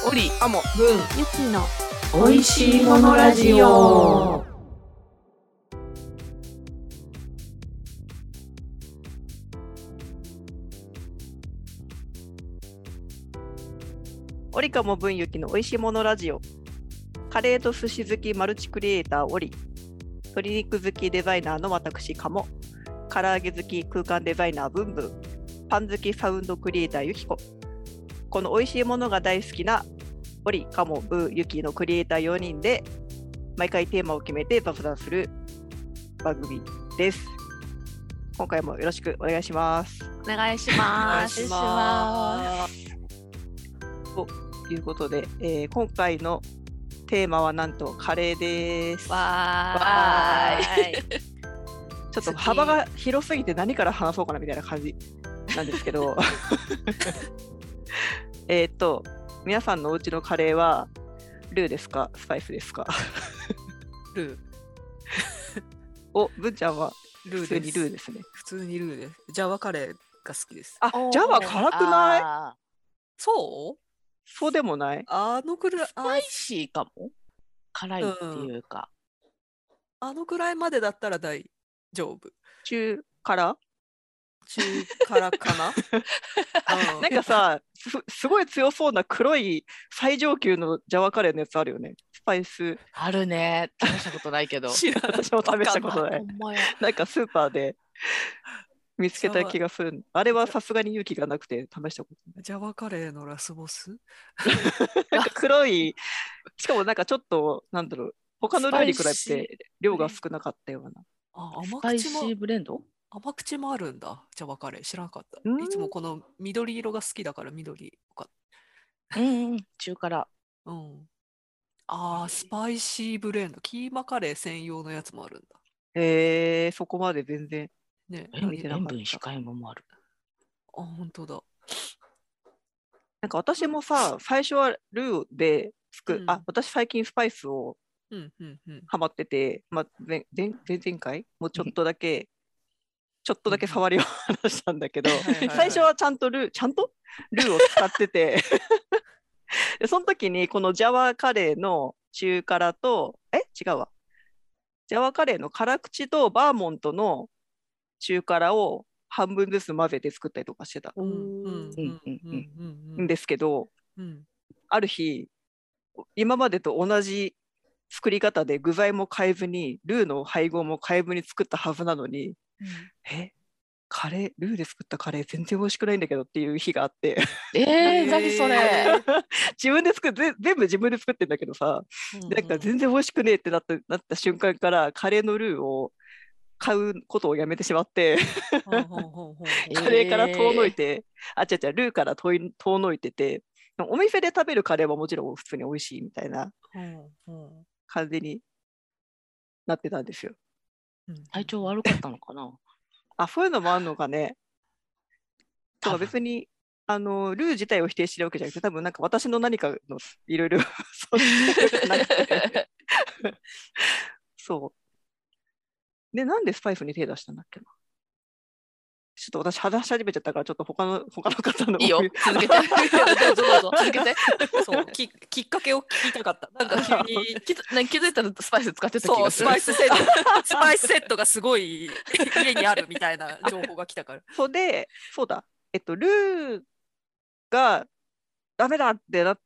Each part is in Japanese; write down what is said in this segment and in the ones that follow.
オリアモブンユキのおいしいものラジオ。 オリカモブンユキのおいしいものラジオ。カレーと寿司好きマルチクリエイターオリ、鶏肉好きデザイナーの私カモ、唐揚げ好き空間デザイナーブンブン、パン好きサウンドクリエイターユキコ。このおいしいものが大好きなオリ、カモ、ブー、ユキのクリエイター4人で毎回テーマを決めて雑談する番組です。今回もよろしくお願いします。 お願いします。 ということで、今回のテーマはなんとカレーです。 わーい。 ちょっと幅が広すぎて何から話そうかなみたいな感じなんですけど皆さんのお家のカレーはルーですかスパイスですか？ ルー文ちゃんはルーです。 普通にルーですね。 普通にルーです。ジャワカレーが好きです。 あ、ジャワ辛くない？ そうでもない？ あのくらいスパイシーかも。辛いっていうか、 あのくらいまでだったら大丈夫。 中辛かななんかさすごい強そうな黒い最上級のジャワカレーのやつあるよね。スパイスあるね。試したことないけど知らない。 私も試したことない。なんかスーパーで見つけた気がする。あれはさすがに勇気がなくて試したことない。 ジャワカレーのラスボスなんか黒い、しかもなんかちょっとなんだろう、他の料理に比べて量が少なかったような。 スパイシーブレンド？ 甘口もあるんだ。ジャワカレー知らなかった。いつもこの緑色が好きだから緑とか。 中辛。 スパイシーブレンド。キーマカレー専用のやつもあるんだ。 そこまで全然ね。塩分控えめもある。 本当だ。 なんか私もさ、最初はルーで私最近スパイスをハマってて、前々回もうちょっとだけ触りを話したんだけど、最初はちゃんとルーを使っててでその時にこのジャワカレーの中辛と違うわ、ジャワカレーの辛口とバーモントの中辛を半分ずつ混ぜて作ったりとかしてたんですけど、ある日今までと同じ作り方で具材も変えずにルーの配合も変えずに作ったはずなのに、ルーで作ったカレー全然美味しくないんだけどっていう日があって何それ全部自分で作ってんだけどさ、なんか全然美味しくねえってなった瞬間からカレーのルーを買うことをやめてしまってカレーから遠のいて、ルーから遠のいてて、お店で食べるカレーはもちろん普通に美味しいみたいな感じになってたんですよ。 体調悪かったのかな？ そういうのもあるのかね。とか別にルー自体を否定してるわけじゃなくて、多分なんか私の何かのいろいろそうで、なんでスパイスに手出したんだっけな。ちょっと私話し始めちゃったから、ちょっと他の方のいいよ、続けてどうぞ続けてそうきっかけを聞きたかった。なんか急に気づいたらスパイス使ってた気がする。 スパイスセットがすごい家にあるみたいな情報が来たからそうだ、ルーがダメだってなって、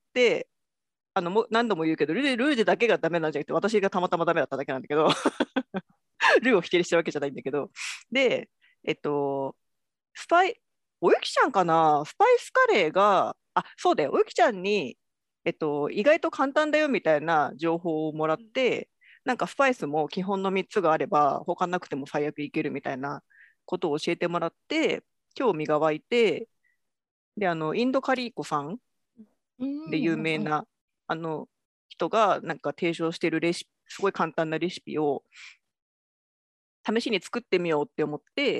何度も言うけどルーでだけがダメなんじゃなくて、私がたまたまダメだっただけなんだけどルーを否定してるわけじゃないんだけど、でおゆきちゃんかな、スパイスカレーが、そうだよ、おゆきちゃんに、意外と簡単だよみたいな情報をもらって、なんかスパイスも基本の3つがあれば、他なくても最悪いけるみたいなことを教えてもらって、興味が湧いて、で、インドカリーコさんで有名な、人がなんか提唱してるすごい簡単なレシピを試しに作ってみようって思って、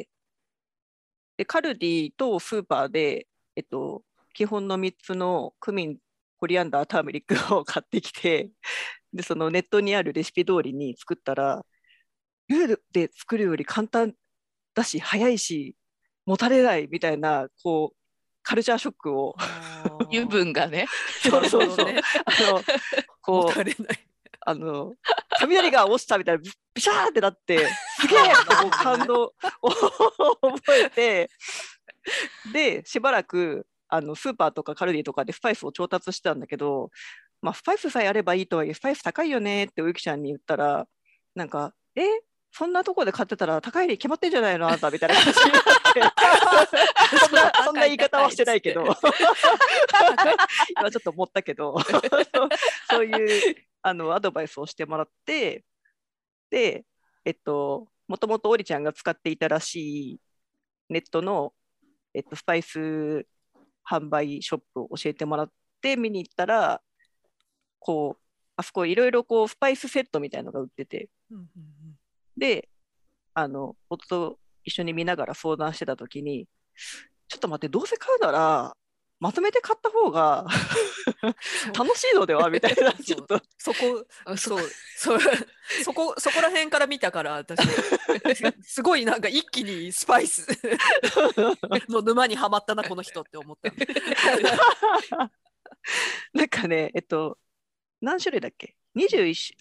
でカルディとスーパーで、基本の3つのクミン、コリアンダー、ターメリックを買ってきて、でそのネットにあるレシピ通りに作ったら、ルーで作るより簡単だし早いしもたれないみたいな、こうカルチャーショックを油分がね。 そうそうそう、 ね、 こうれない雷が落ちたみたいなビシャーってなってすげえって感動を覚えて、でしばらくスーパーとかカルディとかでスパイスを調達してたんだけど、まあ、スパイスさえあればいいとはいえスパイス高いよねっておゆきちゃんに言ったら、なんかそんなとこで買ってたら高いに決まってんじゃないのあなたみたいな感じになってそんな言い方はしてないけど今ちょっと思ったけどそういうアドバイスをしてもらって、でもともとオリちゃんが使っていたらしいネットの、スパイス販売ショップを教えてもらって見に行ったら、こうあそこいろいろスパイスセットみたいなのが売ってて、で夫と一緒に見ながら相談してた時に、ちょっと待って、どうせ買うならまとめて買った方が楽しいのではみたいな、ちょっとそこら辺から見たから私すごいなんか一気にスパイスの沼にはまったなこの人って思ったなんかね何種類だっけ、20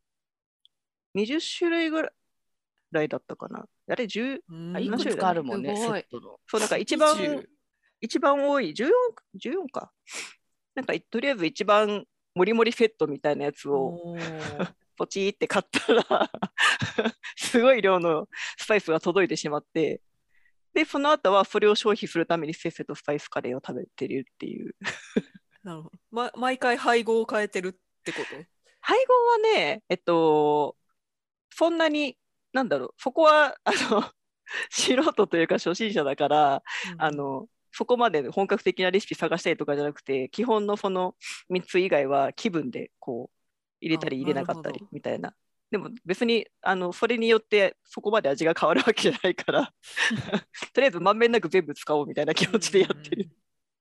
種類ぐらいだったかな、あれ10 いくつかあるもんね、セットの。 そう、なんか一番多い14か、なんかとりあえず一番モリモリセットみたいなやつをポチーって買ったらすごい量のスパイスが届いてしまって、でその後はそれを消費するためにせっせとスパイスカレーを食べてるっていうなるほど、毎回配合を変えてるってこと？ 配合はね、そんなになんだろう、そこは素人というか初心者だから、そこまで本格的なレシピ探したりとかじゃなくて、基本のその3つ以外は気分でこう入れたり入れなかったりみたいな。でも別にそれによってそこまで味が変わるわけじゃないからとりあえずまんべんなく全部使おうみたいな気持ちでやってる。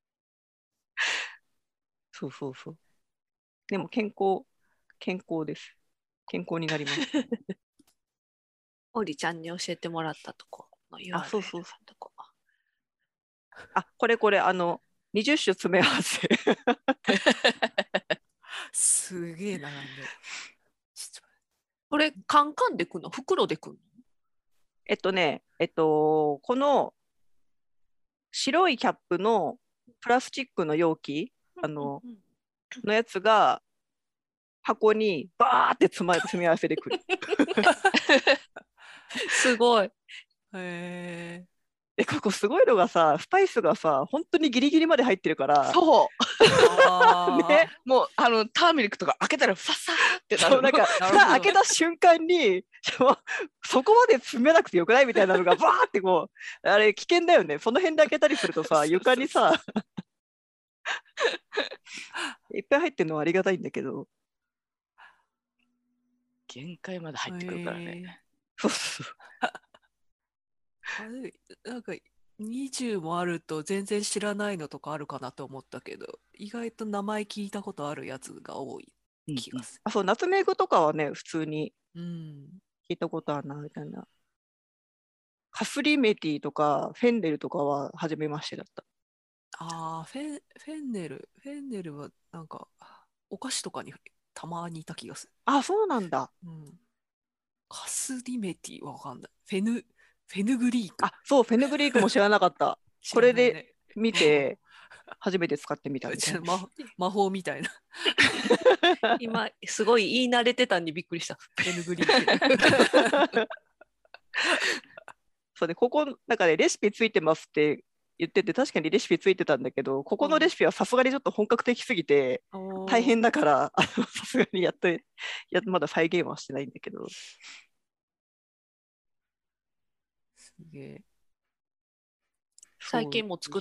そうそうそう。でも健康です。健康になります。 オリちゃんに教えてもらったとこの URL あ、そうそうそう。あ、これ20種詰め合わせすげえ並んでる。 これカンカンでくんの？袋でくんの？ この白いキャップのプラスチックの容器のやつが箱にバーって詰め合わせでくるすごい。 ここすごいのがさ、スパイスがさ本当にギリギリまで入ってるから。 そうね、もうターメリックとか開けたらファサーってなる。 なんか開けた瞬間にそこまで詰めなくてよくないみたいなのがバーってこう、あれ危険だよね。その辺で開けたりするとさ床にさいっぱい入ってるのはありがたいんだけど、 限界まで入ってくるからね。 そうそうあれなんか20もあると全然知らないのとかあるかなと思ったけど、意外と名前聞いたことあるやつが多い気がする。 そう、ナツメグとかはね普通に聞いたことあるなみたいな。カスリメティとかフェンネルとかは初めましてだった。 フェンネルはなんかお菓子とかにたまにいた気がする。 あ、そうなんだ。 カスリメティはわかんない。フェヌグリーク。 あ、そう、フェヌグリークも知らなかった。これで見て初めて使ってみたみたいな。 魔法みたいな。 今すごい言い慣れてたんにびっくりした。 フェヌグリーク。 そうで、ここなんかねレシピついてますって言ってて、確かにレシピついてたんだけど、ここのレシピはさすがにちょっと本格的すぎて大変だからさすがにまだ再現はしてないんだけど。 すげえ。 最近も作った？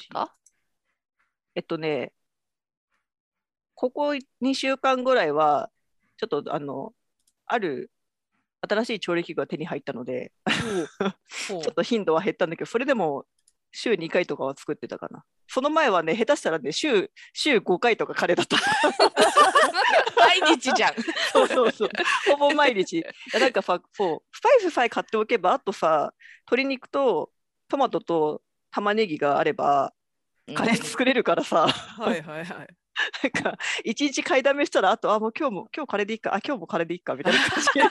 ここ2週間ぐらいはちょっとある新しい調理器具が手に入ったのでちょっと頻度は減ったんだけど、それでも週2回とかは作ってたかな。その前はね、下手したらね、週5回とかカレーだった毎日じゃん。 そうそうそう、ほぼ毎日。なんかそうスパイスさえ買っておけば、あとさ、鶏肉とトマトと玉ねぎがあればカレー作れるからさ、 はいはいはい。 なんか一日買いだめしたら、あともう今日カレーでいいか、今日もカレーでいいかみたいな感じで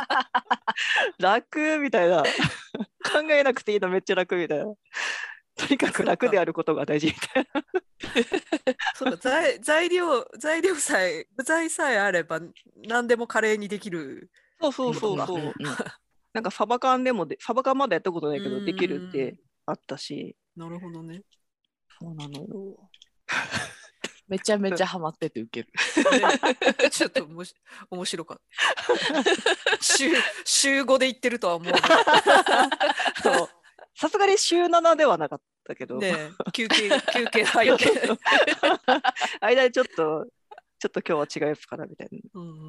楽みたいな、考えなくていいのめっちゃ楽みたいな、とにかく楽であることが大事みたいな。 そうか、材料さえ、具材さえあれば何でもカレーにできる。 そうそうそうそう。なんかサバ缶まだやったことないけどできるってあったし。 なるほどね。 そうなのよ。 めちゃめちゃハマっててウケる。 ね、ちょっと面白かった。週5で行ってるとは思う。 そう。さすがに週7ではなかったけど。 ね、休憩入って。 間でちょっと今日は違うやつかなみたいな。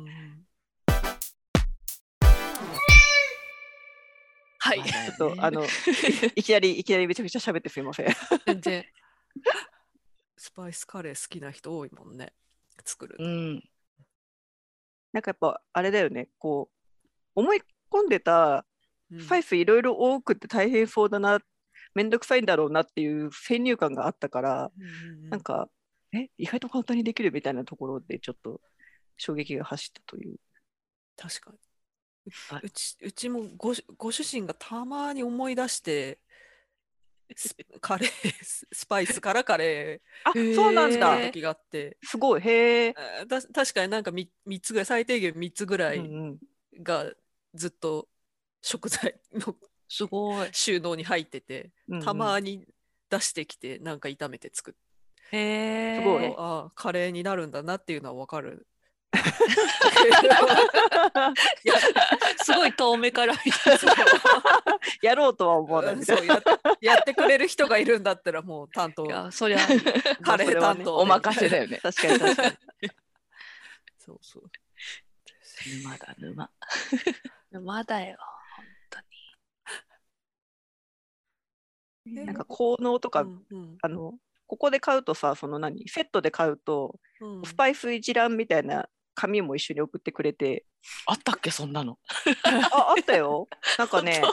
はい。 ちょっといきなりめちゃくちゃ喋ってすいません。 全然。 スパイスカレー好きな人多いもんね。作る。 なんかやっぱあれだよね。こう思い込んでたスパイスいろいろ多くて大変そうだな、めんどくさいんだろうなっていう先入観があったから、なんか意外と簡単にできるみたいなところでちょっと衝撃が走ったという。 確かに。うちもご主人がたまに思い出してカレースパイスからカレーそうなんだ時があって、 すごいへえ。 確かになんか3つぐらい、最低限3つぐらいがずっと食材のすごい収納に入ってて、たまに出してきてなんか炒めて作って、 へえ、 すごいカレーになるんだなっていうのは分かる。 すごい遠目からやろうとは思わないみたいな。 やってくれる人がいるんだったらもう担当、 そりゃカレー担当、 お任せだよね。 確かに確かに。 そうそう。 沼だ沼だよ本当に。 なんか効能とか、ここで買うとさ、セットで買うと、スパイス一覧みたいな紙も一緒に送ってくれて。 あったっけそんなの。 あったよ。なんかね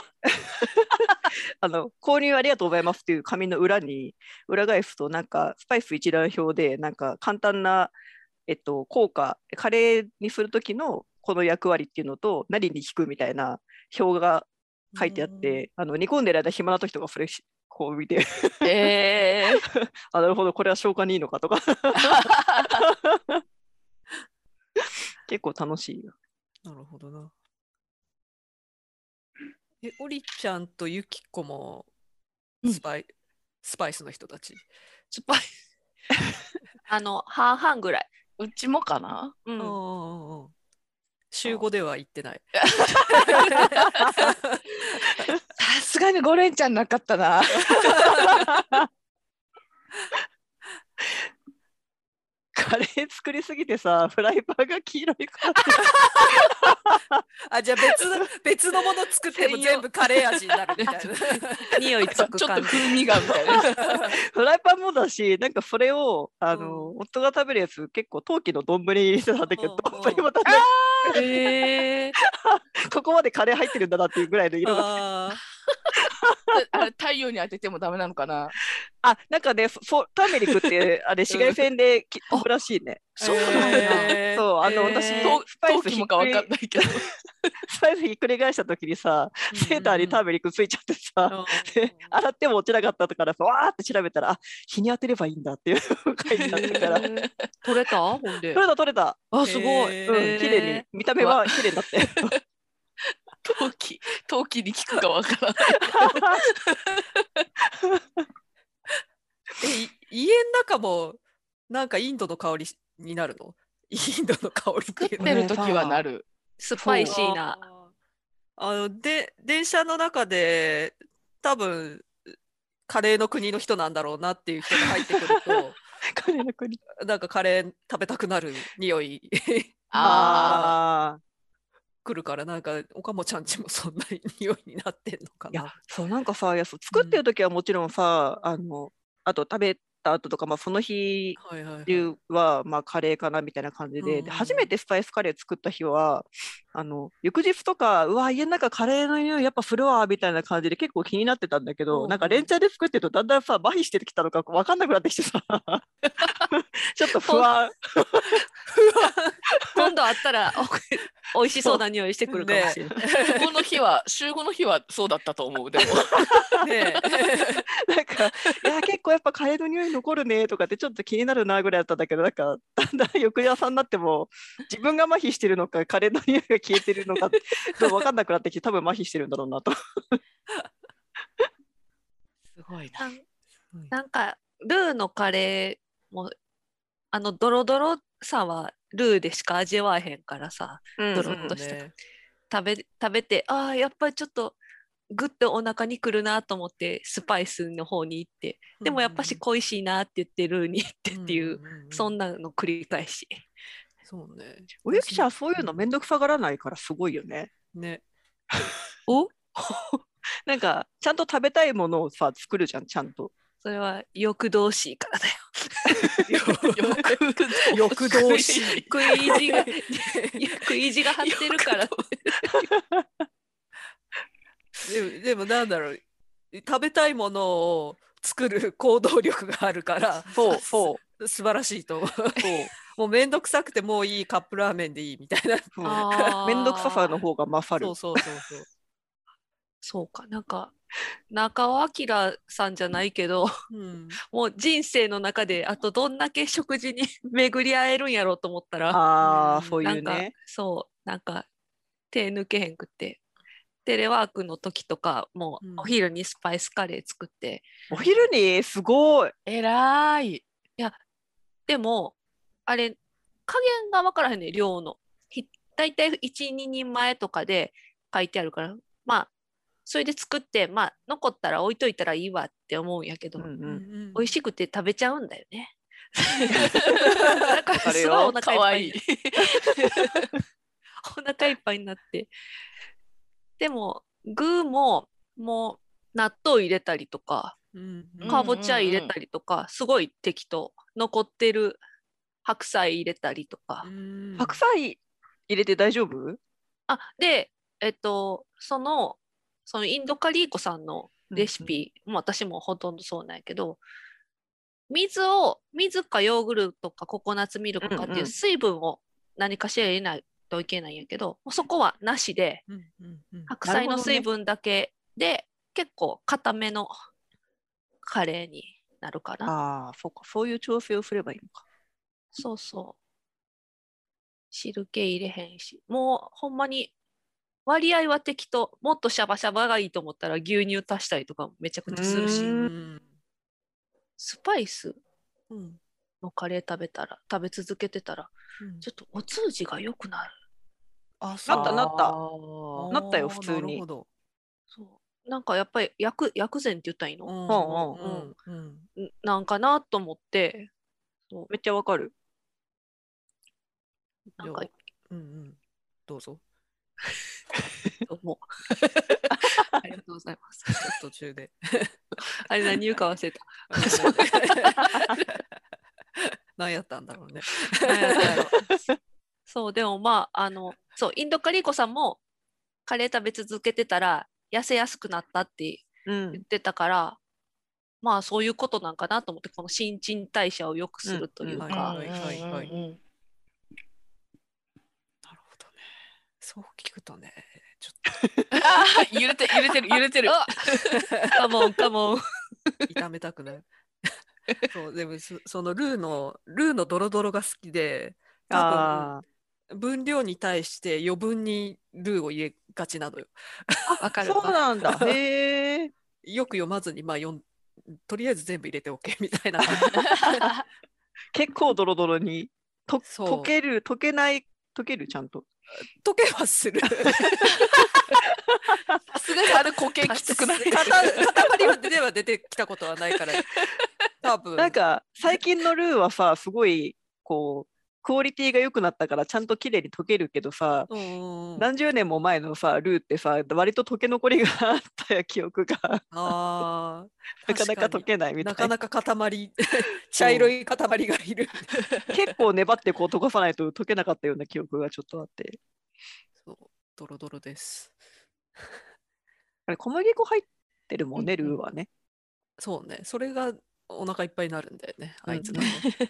購入ありがとうございますっていう紙の裏返すと、なんかスパイス一覧表でなんか簡単な効果、カレーにする時のこの役割っていうのと何に効くみたいな表が書いてあって、煮込んでる間暇な時とかそれこう見てなるほどこれは消化にいいのかとか結構楽しいよ。 なるほどな。おりちゃんとゆきこもスパイスの人たち。 スパイス半々ぐらい。うちもかな。 週5では行ってない。 さすがに5連チャンなかったな。 カレー作りすぎてさ、フライパンが黄色いからじゃあ別のもの作っても全部カレー味になるみたいな匂いつく感じ、ちょっと風味がみたいなフライパンもだし、なんかそれを夫が食べるやつ結構陶器の丼に入れてたんだけど、それも食べここまでカレー入ってるんだなっていうぐらいの色が太陽に当ててもダメなのかな。 なんかね、ターメリックって紫外線で飛ぶらしいね。 そうなんだ。 そう私スパイスもかわかんないけどスパイスひっくり返した時にさ、セーターにターメリックついちゃってさ、洗っても落ちなかったからさ、わーって調べたら日に当てればいいんだっていう書いてあったから取れたほんで。 取れた。 すごい。 綺麗に見た目は綺麗になって陶器に効くかわからない家の中もなんかインドの香りになるの？インドの香りっていうの。 作ってる時はなる。 スパイシーな。 電車の中で多分カレーの国の人なんだろうなっていう人が入ってくるとカレーの国なんかカレー食べたくなる匂い来るから、なんかおかもちゃんちもそんな匂いになってんのかな。 いやそうなんかさ作ってる時はもちろんさ、あと食べった後とか、まあ、その日はいはいはい。 中はまあカレーかなみたいな感じで、で初めてスパイスカレー作った日は翌日とかうわ家の中カレーの匂いやっぱするわみたいな感じで結構気になってたんだけど、なんか連チャンで作ってるとだんだんさ麻痺してきたのか分かんなくなってきてさちょっと不安。 今度会ったら美味しそうな匂いしてくるかもしれない。 週5の日はそうだったと思う。でもねなんかいや結構やっぱカレーの匂い残るねとかってちょっと気になるなぐらいだったんだけど、なんかだんだん翌朝になっても自分が麻痺してるのかカレーの匂いが消えてるのか分かんなくなってきて、多分麻痺してるんだろうなと。 すごいな。 なんかルーのカレーもドロドロさはルーでしか味わえへんからさ、ドロッとした、 ね食べてやっぱりちょっとグッとお腹にくるなと思ってスパイスの方に行って、でもやっぱし恋しいなって言ってルーに行ってっていう、そんなの繰り返し。 そうね。 おゆきちゃんそういうのめんどくさがらないからすごいよね。 ね。 おなんかちゃんと食べたいものをさ作るじゃん、ちゃんと。 それは欲動しいからだよ。 欲動しい。 食い意地が張ってるから。 でもなんだろう、食べたいものを作る行動力があるからそう素晴らしいと思う。もうめんどくさくてもういいカップラーメンでいいみたいな。 めんどくささの方が勝る。 そうか、なんか中尾明さんじゃないけど、もう人生の中であとどんだけ食事に巡り合えるんやろうと思ったら、 そういうね。 なんか手抜けへんくて、テレワークの時とかもうお昼にスパイスカレー作って、 お昼にすごい偉い。 いやでもあれ加減が分からへんね、量の。だいたい 1,2 人前とかで書いてあるから、まあそれで作って、まあ残ったら置いといたらいいわって思うんやけど、美味しくて食べちゃうんだよね。だからすごいお腹いっぱい。お腹いっぱいになって。でも具ももう納豆入れたりとか、かぼちゃ入れたりとか、すごい適当。残ってる白菜入れたりとか。 白菜入れて大丈夫？ でそのインドカリーコさんのレシピ、私もほとんどそうなんやけど、水かヨーグルトかココナッツミルクかっていう水分を何かしら入れないといけないんやけど、そこはなしで、白菜の水分だけで結構固めのカレーになるかな。 そうか、そういう調整をすればいいのか。 そうそう。汁気入れへんし、もうほんまに割合は適当。もっとシャバシャバがいいと思ったら牛乳足したりとかもめちゃくちゃするし。スパイスのカレー食べ続けてたら、ちょっとお通じが良くなる。 なったよ、普通に。 そうなんかやっぱり薬膳って言ったらいいの？なんかなと思って。 めっちゃわかる。 なんかどうぞ。 どうも。ありがとうございます。 途中で。 あれ何言うか忘れた。 何やったんだろうね。 そう、でもまあ、インドカリーコさんもカレー食べ続けてたら痩せやすくなったって言ってたから、まあそういうことなんかなと思って、この新陳代謝を良くするというか。 なるほどね。そう聞くとね、ちょっと揺れてる。 カモン。 炒めたくない。そうでもそのルーのドロドロが好きで、多分分量に対して余分にルーを入れがちなのよ。 わかる。 そうなんだ。へえ。 よく読まずにとりあえず全部入れておけみたいな。 結構ドロドロに溶けるちゃんと。 溶けはする。 さすがにあれ固形きつくない？ 塊では出てきたことはないから多分。 なんか最近のルーはさ、すごいこうクオリティが良くなったからちゃんと綺麗に溶けるけどさ、何十年も前のさルーってさ割と溶け残りがあった記憶がなかなか溶けないみたいな。 なかなか塊茶色い塊がいる結構粘ってこう溶かさないと溶けなかったような記憶がちょっとあって。 そうドロドロです。 あれ小麦粉入ってるもんね、ルーはね。 そうね、それがお腹いっぱいになるんだよね、あいつがね。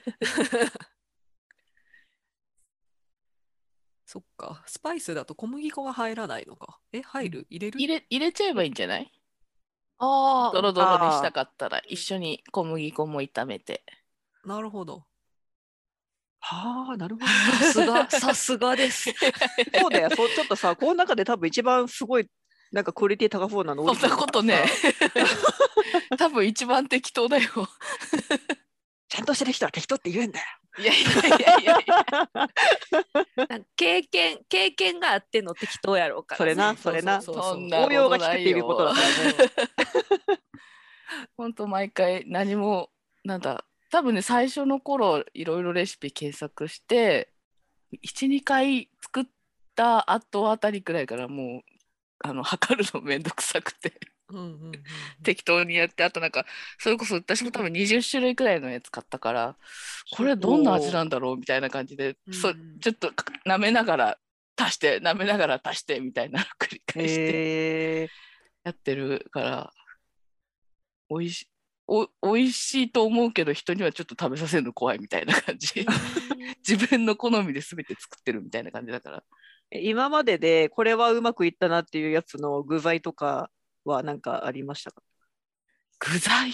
そっか、スパイスだと小麦粉が入らないのか。入る？入れる？ 入れちゃえばいいんじゃない？ あドロドロにしたかったら一緒に小麦粉も炒めて。 なるほど。 はあ、なるほど。 さすがです。 そうだよ、ちょっとさ、この中で多分一番すごい、なんかクオリティ高そうなの。 そんなことね。多分一番適当だよ。 ちゃんとしてる人は適当って言うんだよ。 いやいやいやいやいや。 なんか経験があっての適当やろうから、ね。 それな。 そんな応用が効くっていうことだからね。 本当毎回何もなんだ多分ね最初の頃いろいろレシピ検索して1、2回作った後あたりくらいからもう測るのめんどくさくて適当にやって、あとなんかそれこそ私も多分20種類くらいのやつ買ったからこれどんな味なんだろうみたいな感じでちょっと舐めながら足して舐めながら足してみたいなの繰り返してやってるからおいしいと思うけど人にはちょっと食べさせるの怖いみたいな感じ自分の好みで全て作ってるみたいな感じだから。 今まででこれはうまくいったなっていうやつの具材とかは何かありましたか？ 具材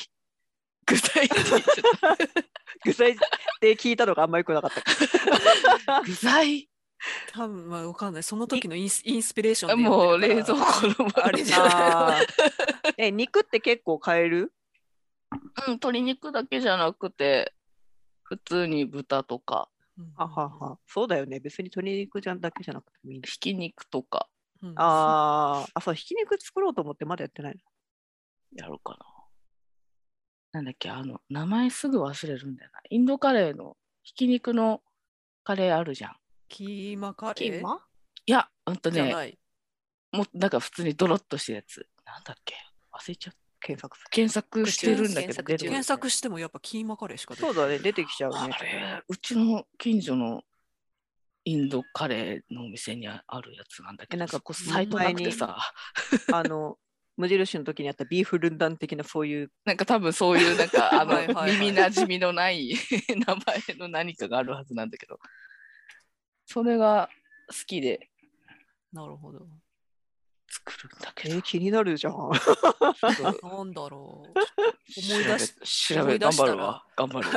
具材って聞いたのがあんまりよくなかった具材多分まあ分かんない。その時のインスピレーションでやもうってるから冷蔵庫のあれじゃない肉って結構買える？ 鶏肉だけじゃなくて普通に豚とかそうだよね。別に鶏肉だけじゃなくてもいい。 ひき肉とか。 そう、ひき肉作ろうと思ってまだやってないの。 やろうかな。なんだっけ、名前すぐ忘れるんだよな。インドカレーのひき肉のカレーあるじゃん。 キーマカレー？ いや、 じゃない。 もうなんか普通にドロッとしたやつ。なんだっけ、忘れちゃった。検索してるんだけど検索してもやっぱキーマカレーしか出てそうだね、出てきちゃうね。 あれ、うちの近所のインドカレーのお店にあるやつなんだけど、なんかサイトなくてさ無印の時にあったビーフルンダン的なそういうなんか多分そういうなんか耳なじみのない名前の何かがあるはずなんだけど、それが好きで。 なるほど。 作るんだけど。 気になるじゃん。 なんだろう。思い出した頑張るわ。頑張る。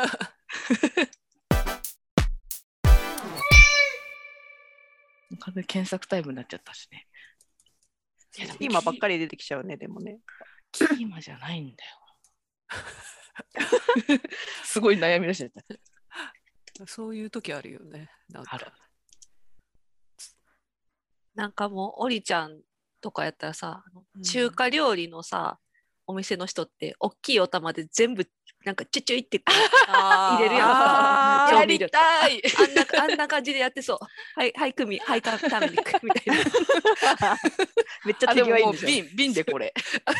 検索タイムになっちゃったしね。 今ばっかり出てきちゃうね、でもね。 キーマじゃないんだよ。すごい悩み出しちゃった。 そういう時あるよね。 なんかもう、おりちゃんとかやったらさ、中華料理のさ、お店の人って大きいお玉で全部なんかチュチュイって入れるやんか。 やりたい。 あんな感じでやってそう。はい、ターミニックみたいな。 めっちゃ手際いいんですよ。瓶でこれ。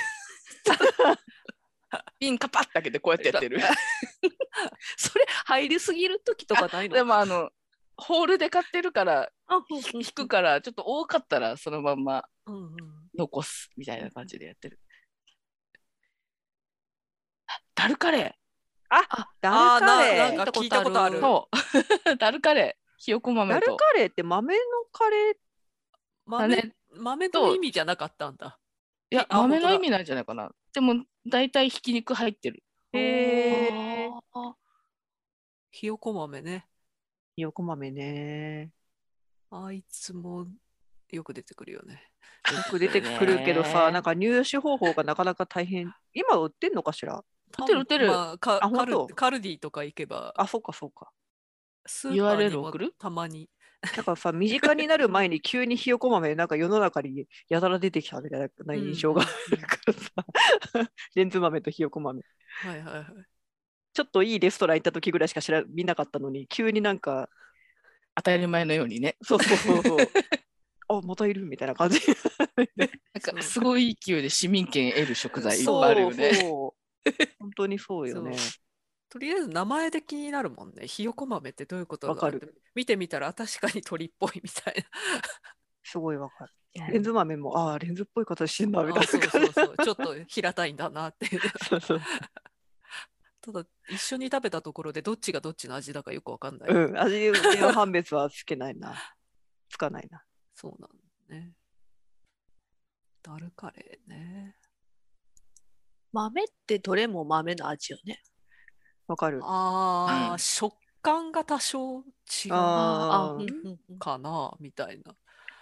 瓶カパッだけでこうやってやってる。 それ入りすぎる時とかないの？ でもホールで買ってるから引くからちょっと多かったらそのまんま残すみたいな感じでやってる。ダルカレー。 ダルカレー。 なんか聞いたことある。 そうダルカレー。ひよこ豆と。 ダルカレーって豆のカレー？ 豆の意味じゃなかったんだ。 いや、豆の意味なんじゃないかな。でも大体ひき肉入ってる。 ひよこ豆ね。 ひよこ豆ね。 あいつもよく出てくるよね。 よく出てくるけどさ、なんか入手方法がなかなか大変。今売ってんのかしら？ 売ってる。 カルディとか行けば。 そうか。 スーパーにもたまに。 なんかさ、身近になる前に急にひよこ豆なんか世の中にやたら出てきたみたいな印象があるからさ、レンズ豆とひよこ豆。 はいはいはい。 ちょっといいレストラン行った時ぐらいしか見なかったのに、急になんか当たり前のようにね。 そうそうそうそう。あ、またいるみたいな感じ。 なんかすごい勢いで市民権得る食材いっそうぱいあるよね。 そう本当にそうよね。 とりあえず名前で気になるもんね。ひよこ豆ってどういうことだわかるって見てみたら確かに鳥っぽいみたいな。 すごいわかる。 うんレンズ豆も、レンズっぽい形してんだみたいなそう感じ。 そうそう。ちょっと平たいんだなっていう。 そうそう。 ただ一緒に食べたところでどっちがどっちの味だかよくわかんない。 うん、味の判別はつけないな。つかないな。 そうなんだね。ダルカレーね。 豆ってどれも豆の味よね。 わかる。 うん食感が多少違うあーうんうんうんかなみたいな。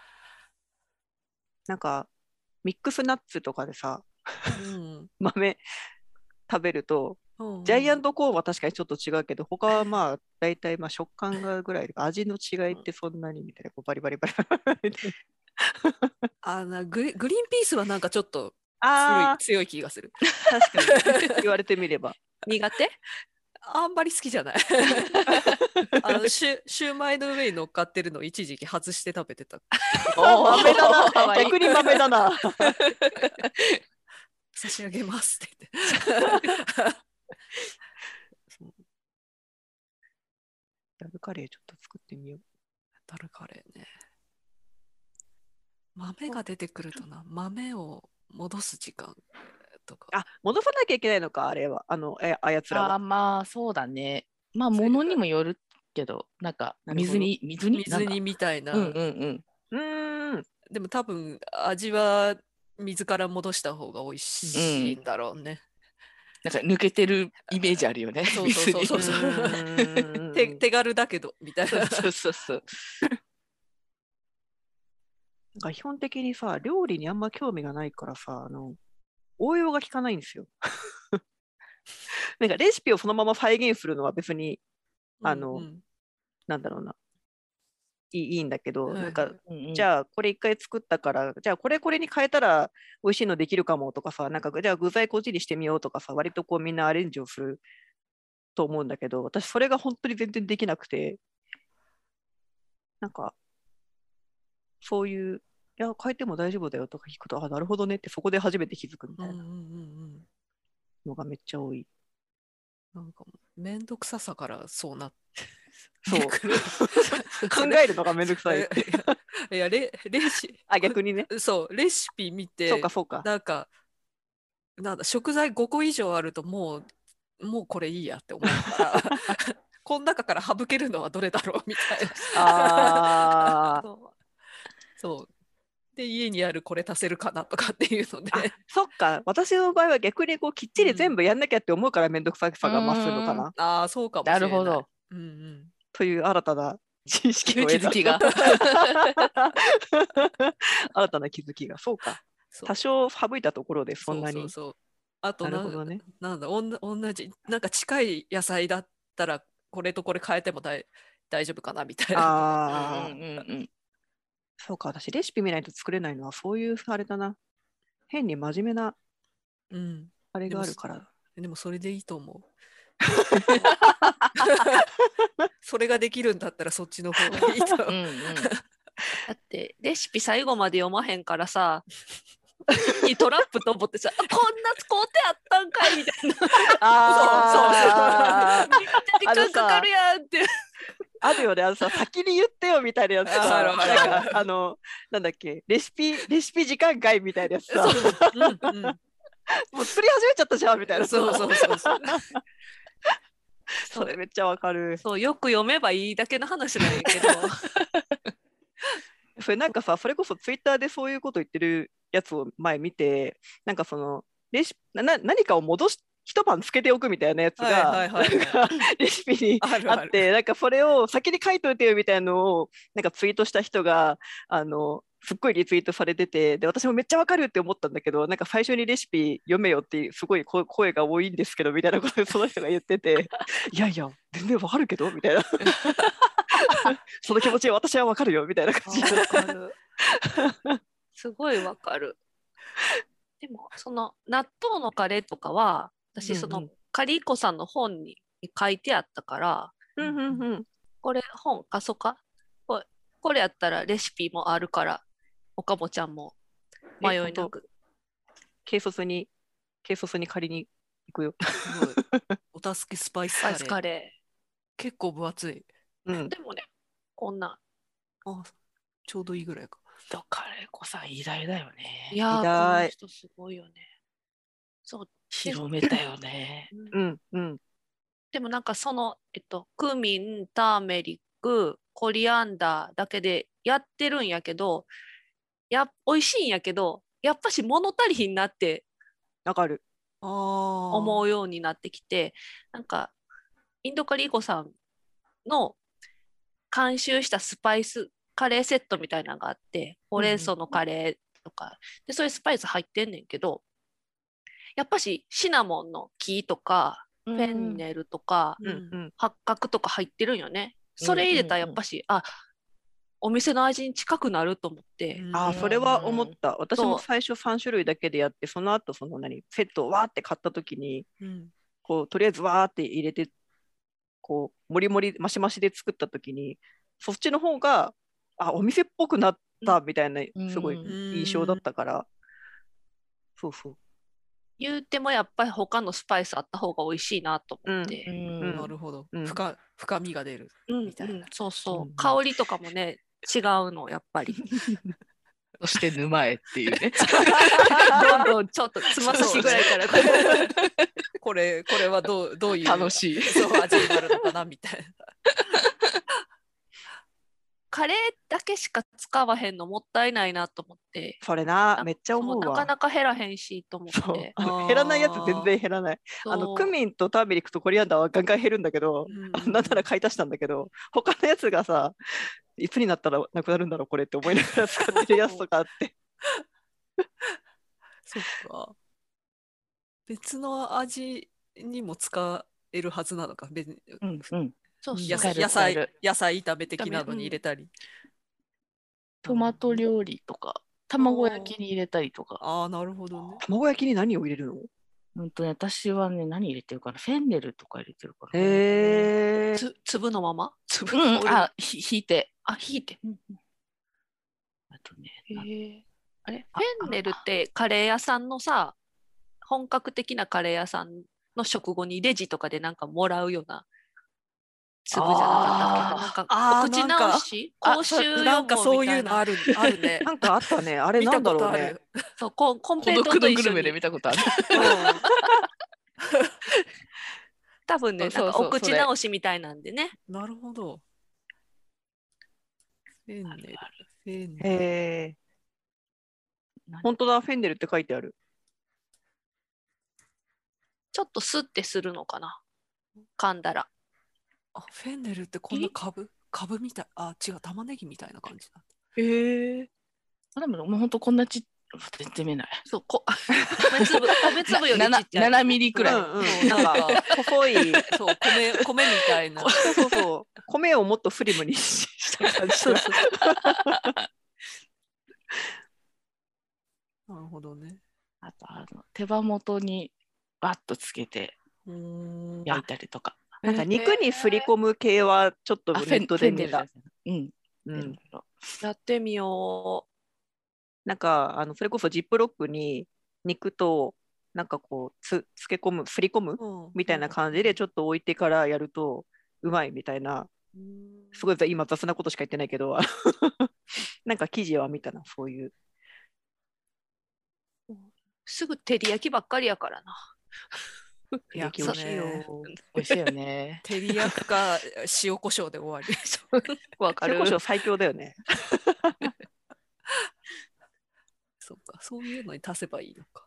なんか、ミックスナッツとかでさ、 うん豆食べると、 うんジャイアントコーンは確かにちょっと違うけど、他はまあ、大体まあ食感がぐらいで、味の違いってそんなにみたいな、こうバリバリバリバリみたいグリーンピースはなんかちょっとな。 強い気がする。 確かに。言われてみれば。 苦手あんまり好きじゃない。シューマイの上に乗っかってるのを一時期外して食べてた。 豆だな。 かわいい逆に豆だな。 差し上げますって言って。そうダルカレーちょっと作ってみよう。 ダルカレーね。豆が出てくるとな、豆を戻す時間とか。 戻さなきゃいけないのか、あれは。あやつらは。 まあそうだね。まあそれが物にもよるけど、なんかなるほど水に水煮みたいな。 なんかうんうんうん。 うーん。 でも多分味は水から戻した方が美味しいんだろうね。 なんか抜けてるイメージあるよね。 そうそうそうそううーん手軽だけどみたいな。 そうそうそう。 なんか基本的にさ、料理にあんま興味がないからさ、応用が効かないんですよ。なんかレシピをそのまま再現するのは別に、 うんなんだろうな、いいんだけど、 はいなんか、 うんうんじゃあこれ一回作ったから、じゃあこれに変えたら美味しいのできるかもとかさ、なんかじゃあ具材こっちにしてみようとかさ、割とこうみんなアレンジをすると思うんだけど、私それが本当に全然できなくて、なんか、そういう、いや、変えても大丈夫だよとか聞くと、なるほどねってそこで初めて気づくみたいなうんうんうんうん。 のがめっちゃ多い。 なんかめんどくささからそうなってそうくる。 考えるのがめんどくさい。 いやレシ逆にね。 そうレシピ見てそうか、そうか。 なんかなんだ食材5個以上あるともうこれいいやって思うからこの中から省けるのはどれだろうみたいな。 あーそうで家にあるこれ足せるかなとかっていうのでそっか。私の場合は逆にこうきっちり全部やんなきゃって思うからめんどくささが増すのかな、 ああそうかもしれない。 なるほど。 うんうんという新たな知識を得た気づきが。 新たな気づきが。そうか。 そう多少省いたところでそんなに。 そうそうそうあとなるほどね。 なんだ同じなんか近い野菜だったらこれとこれ変えても大丈夫かなみたいな。 ああ、 うんうんうんそうか。私レシピ見ないと作れないのはそういうあれだな。変に真面目なうん、 あれがあるから。 でもそれでいいと思う。それができるんだったらそっちの方がいいと思う。 うんうん。 だってレシピ最後まで読まへんからさいいトラップと思ってさこんな工程あったんかいみたいなあーめっちゃ時間かかるやんってあるよね、先に言ってよみたいなやつさ、 あるあるなんかなんだっけ、レシピ時間外みたいなやつさ、 うんうん、 もう作り始めちゃったじゃんみたいな。 そうそうそうそう。 それめっちゃわかる。 そうよく読めばいいだけの話なんやけどそれなんかさ、それこそツイッターでそういうこと言ってるやつを前見て、なんか何かを戻し一晩つけておくみたいなやつが、 はいはいはいなんかレシピにあるあるあって、なんかそれを先に書いといてよみたいなのをなんかツイートした人がすっごいリツイートされてて、で私もめっちゃわかるって思ったんだけど、なんか最初にレシピ読めよっていうすごい声が多いんですけどみたいなことをその人が言ってて、いやいや全然わかるけどみたいなその気持ち私はわかるよみたいな感じで。 わかるすごいわかる。でもその納豆のカレーとかは私そのカリーコさんの本に書いてあったから、 うんうんうん。 これ本貸そうかこれやったらレシピもあるから、おかもちゃんも迷いなく。 軽率に借りに行くよ。 すごい。お助けスパイススパイスカレー。 カレ結構分厚い。 うんー。でもね、こんな。 あ、ちょうどいいぐらいか。 カレー子さん偉大だよね。 いやー、こ偉大の人すごいよね。そう。 広めたよね。 うん。 でもなんかその、クミン、ターメリック、コリアンダーだけでやってるんやけど、美味しいんやけど、やっぱし物足りひんなってわかる。 思うようになってきて、なんか、インドカリーコさんの監修したスパイスカレーセットみたいなのがあって、ほうれん草のカレーとか、で、そういうスパイス入ってんねんけど、やっぱしシナモンの木とか、フェンネルとか、 うん。 八角とか入ってるんよね。それ入れたらやっぱし、お店の味に近くなると思って、 それは思った。私もそう最初3種類だけでやって、その後セットをわーって買った時に、こうとりあえずわーって入れて、こうもりもりマシマシで作った時に、そっちの方がお店っぽくなったみたいなすごい印象だったから、そうそう。 言うてもやっぱり他のスパイスあった方が美味しいなと思って。 なるほど。深みが出るみたいな。 そうそう。香りとかもね、違うの、やっぱり。 そして沼へっていうね。 どんどんちょっとつま先ぐらいからこれはどういう楽しい味になるのかなみたいな。 カレーだけしか使わへんのもったいないなと思って。 それな、めっちゃ思うわ。 なかなか減らへんしと思って。 減らないやつ全然減らない。クミンとターメリックとコリアンダーはガンガン減るんだけど、なんなら買い足したんだけど、他のやつがさ、いつになったらなくなるんだろうこれって思いながら使ってるやつとかあって。 そっか。別の味にも使えるはずなのか。別に。 そう野菜炒め的なのに入れたり。 トマト料理とか、卵焼きに入れたりとか。 ああ、なるほどね。 卵焼きに何を入れるの？ 私はね、何入れてるかな。フェンネルとか入れてるかな。 へえ。 粒のまま？ 引いて。 引いて。 あとね。 あれフェンネルってカレー屋さんのさ、本格的なカレー屋さんの食後にレジとかでなんかもらうような粒じゃなかったっけ？なんかお口直し講習用なんかそういうのあるね。 なんかあったね。あれなんだろうね。 そう、コンペイト孤独のグルメで見たことある。 多分ね、なんかお口直しみたいなんでね。 なるほど。フェンネル。 へえ。本当だ、フェンネルって書いてある。 ちょっとスッてするのかな、噛んだら。 フェンネルってこんな株みたい。違う、玉ねぎみたいな感じだ。 へえ。でももう本当こんな全然見えない。 そう、米粒よりちっちゃい。 7ミリくらい。 なんか細い。 そう、米みたいな。 そう。米をもっとスリムにした感じ。 なるほどね。 あと手羽元にバッとつけて焼いたりとか。 なんか肉にすり込む系はちょっとネットで見た。 やってみよう。 なんかそれこそジップロックに肉となんかこうつけ込む、すり込むみたいな感じでちょっと置いてからやるとうまいみたいな。すごい今雑なことしか言ってないけどなんか記事は見たな、そういう。 すぐ照り焼きばっかりやからな。 照り焼き美味しいよ。 美味しいよね。 照り焼きか塩コショウで終わり。 わかる。 塩コショウ最強だよね。 そうか、そういうのに足せばいいのか。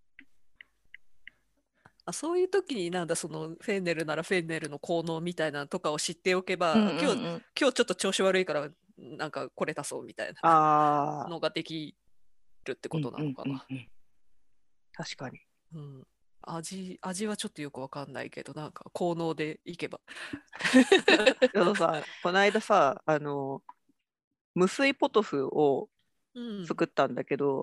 そういう時にそのフェンネルならフェンネルの効能みたいなのとかを知っておけば、今日ちょっと調子悪いからなんかこれ足そうみたいなのができるってことなのかな。 確かに。 味はちょっとよくわかんないけど、なんか効能でいけば。 この間さ、無水ポトフを作ったんだけど、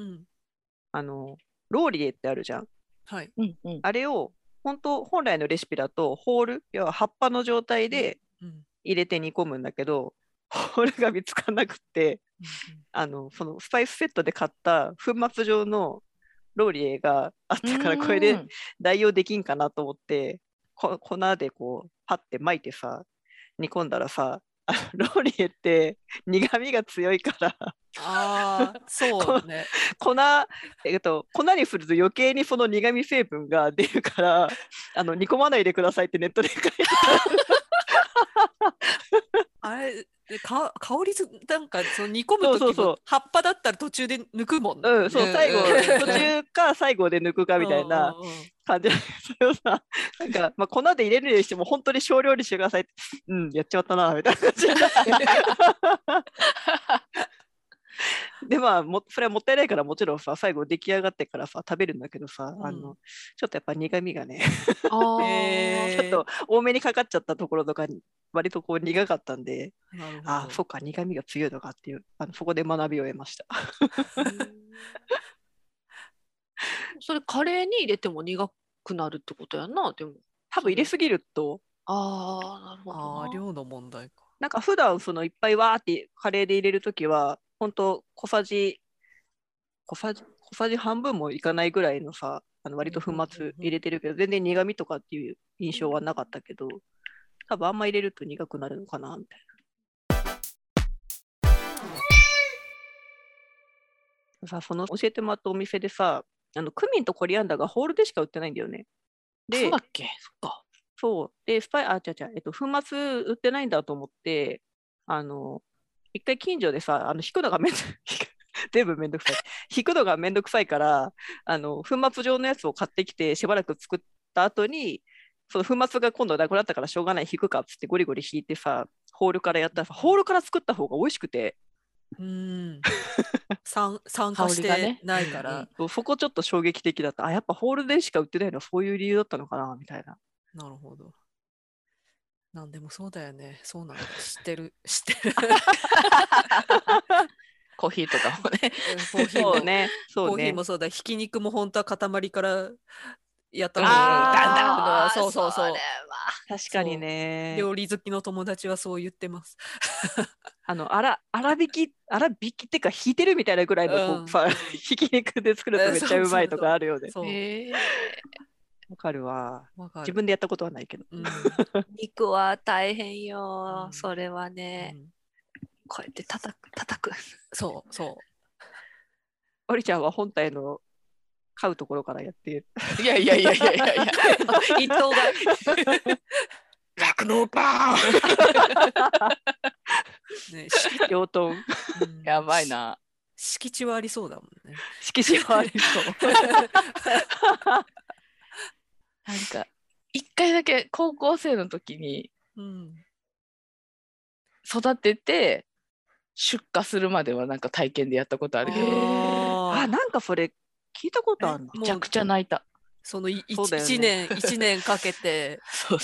ローリエってあるじゃん。 はい。 あれを本来のレシピだとホール、要は葉っぱの状態で入れて煮込むんだけど、 ホールが見つからなくて、そのスパイスセットで買った粉末状のローリエがあったから、これで代用できんかなと思って、粉でこうパッて巻いてさ、煮込んだらさ、ローリエって苦味が強いからそうね。 粉にすると余計にその苦味成分が出るから煮込まないでくださいってネットで書いてあれ香りなんかその煮込む時も葉っぱだったら途中で抜くもんね。 そう最後途中か最後で抜くかみたいな感じでそれをさなんか、粉で入れるにしても本当に少量にしてくださいってやっちまったなみたいな感じででそれはもったいないからもちろんさ最後出来上がってからさ食べるんだけどさ、ちょっとやっぱ苦味がねちょっと多めにかかっちゃったところとかに割とこう苦かったんで、そっか苦味が強いのかっていうそこで学びを得ましたそれカレーに入れても苦くなるってことやな。でも多分入れすぎるとなるほどな。 量の問題か。 なんか普段そのいっぱいわーってカレーで入れるときは本当小さじ半分もいかないぐらいのさ割と粉末入れてるけど、全然苦味とかっていう印象はなかったけど、多分あんま入れると苦くなるのかなみたいな。さその教えてもらったお店でさクミンとコリアンダーがホールでしか売ってないんだよね。でそうだっけ。そっか。 そうで粉末売ってないんだと思って一回近所でさ引くのが全部めんどくさい引くのがめんどくさいから粉末状のやつを買ってきてしばらく作った後にその粉末が今度なくなったからしょうがない引くかっつってゴリゴリ引いてさホールからやったらさホールから作った方が美味しくて酸化してないから、 そこちょっと衝撃的だった。やっぱホールでしか売ってないのはそういう理由だったのかなみたいな。 なるほど。なんでもそうだよね。そうなんだ。知ってるコーヒーとかもね。 コーヒーもね。 コーヒーもそうだ。ひき肉も本当は塊からやった方がそうそれは確かにね。 料理好きの友達はそう言ってます。 粗挽きってか引いてるみたいなぐらいのひき肉で作るとめっちゃうまいとかあるよね。わかるわ。自分でやったことはないけど。 肉は大変よ。それはね。こうやって叩く。 そう。 おりちゃんは本体の買うところからやってる。 いや。 一頭買い。 酪農かね、 養豚。 やばいな。 敷地はありそうだもんね。 敷地はありそう。 なんか一回だけ高校生の時に育てて出荷するまではなんか体験でやったことあるけど、 なんかそれ聞いたことあるの。 めちゃくちゃ泣いた。 その1年かけてそう。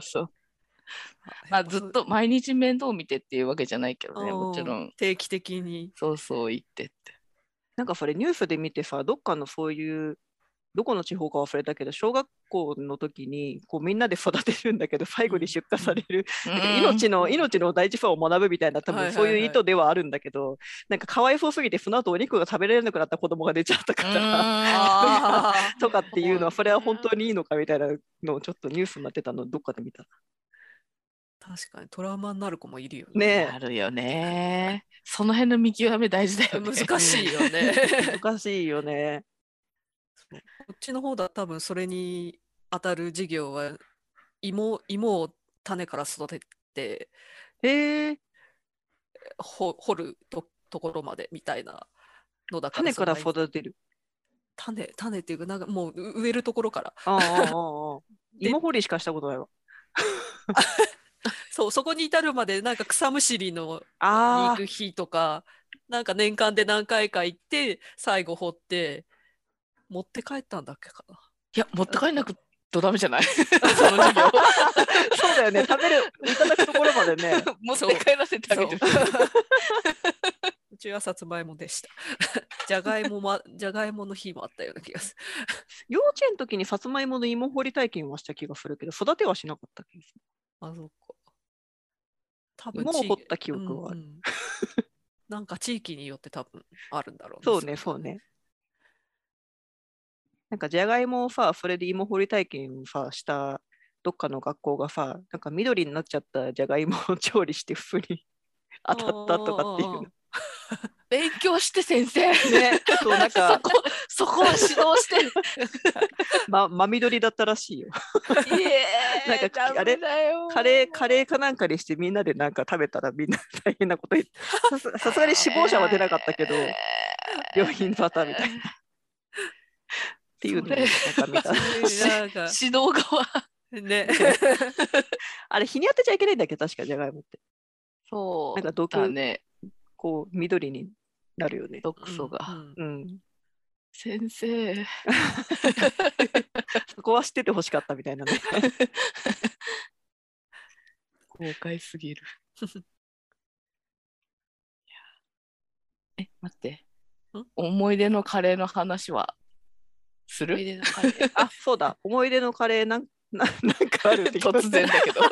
ずっと毎日面倒見てっていうわけじゃないけどね、もちろん定期的にそう言ってって。 なんかそれニュースで見てさ、どっかのそういうどこの地方か忘れたけど小学校の時にこうみんなで育てるんだけど最後に出荷される、命の大事さを学ぶみたいな多分そういう意図ではあるんだけど、なんかかわいそうすぎてその後お肉が食べられなくなった子供が出ちゃったからとかっていうのはそれは本当にいいのかみたいなのをちょっとニュースになってたのどっかで見た。 確かにトラウマになる子もいるよね。 あるよね。その辺の見極め大事だよね。 難しいよね。 難しいよね。 こっちの方だ多分それに当たる事業は芋を種から育てて掘るところまでみたいなのだから種から育てる種っていうかなんかもう植えるところから芋掘りしかしたことないわそこに至るまでなんか草むしりのに行く日とかなんか年間で何回か行って最後掘って持って帰ったんだっけかな。 いや持って帰んなくとダメじゃないその授業そうだよねいただくところまでね持って帰らせてあげるうちはさつまいもでしたじゃがいもの日もあったような気がする幼稚園の時にさつまいもの芋掘り体験はした気がするけど育てはしなかった気がする。 そうか多分芋を掘った記憶はある。 なんか地域によって多分あるんだろうね。 そうね、そうね。なんかじゃがいもをさ、それで芋掘り体験をさ、したどっかの学校がさ、なんか緑になっちゃったじゃがいもを調理して普通に当たったとかっていうの。 勉強して先生。 ね、そうなんかそこは指導して。 真緑だったらしいよ。 いえなんかあれカレーかなんかにしてみんなでなんか食べたらみんな大変なこと言って、さすがに死亡者は出なかったけど、病院バターみたいな。っていうのをなんか見た。 なんか指導側。 ね。 あれ日に当てちゃいけないんだっけ、確かじゃがいもって。 そうなんか毒だね。 こう緑になるよね。 毒素が。 先生。 そこは知っててほしかったみたいなね。 豪快すぎる。待って。思い出のカレーの話はする？ 思い出のカレー。 あ、そうだ。思い出のカレーなんかあるって突然だけど。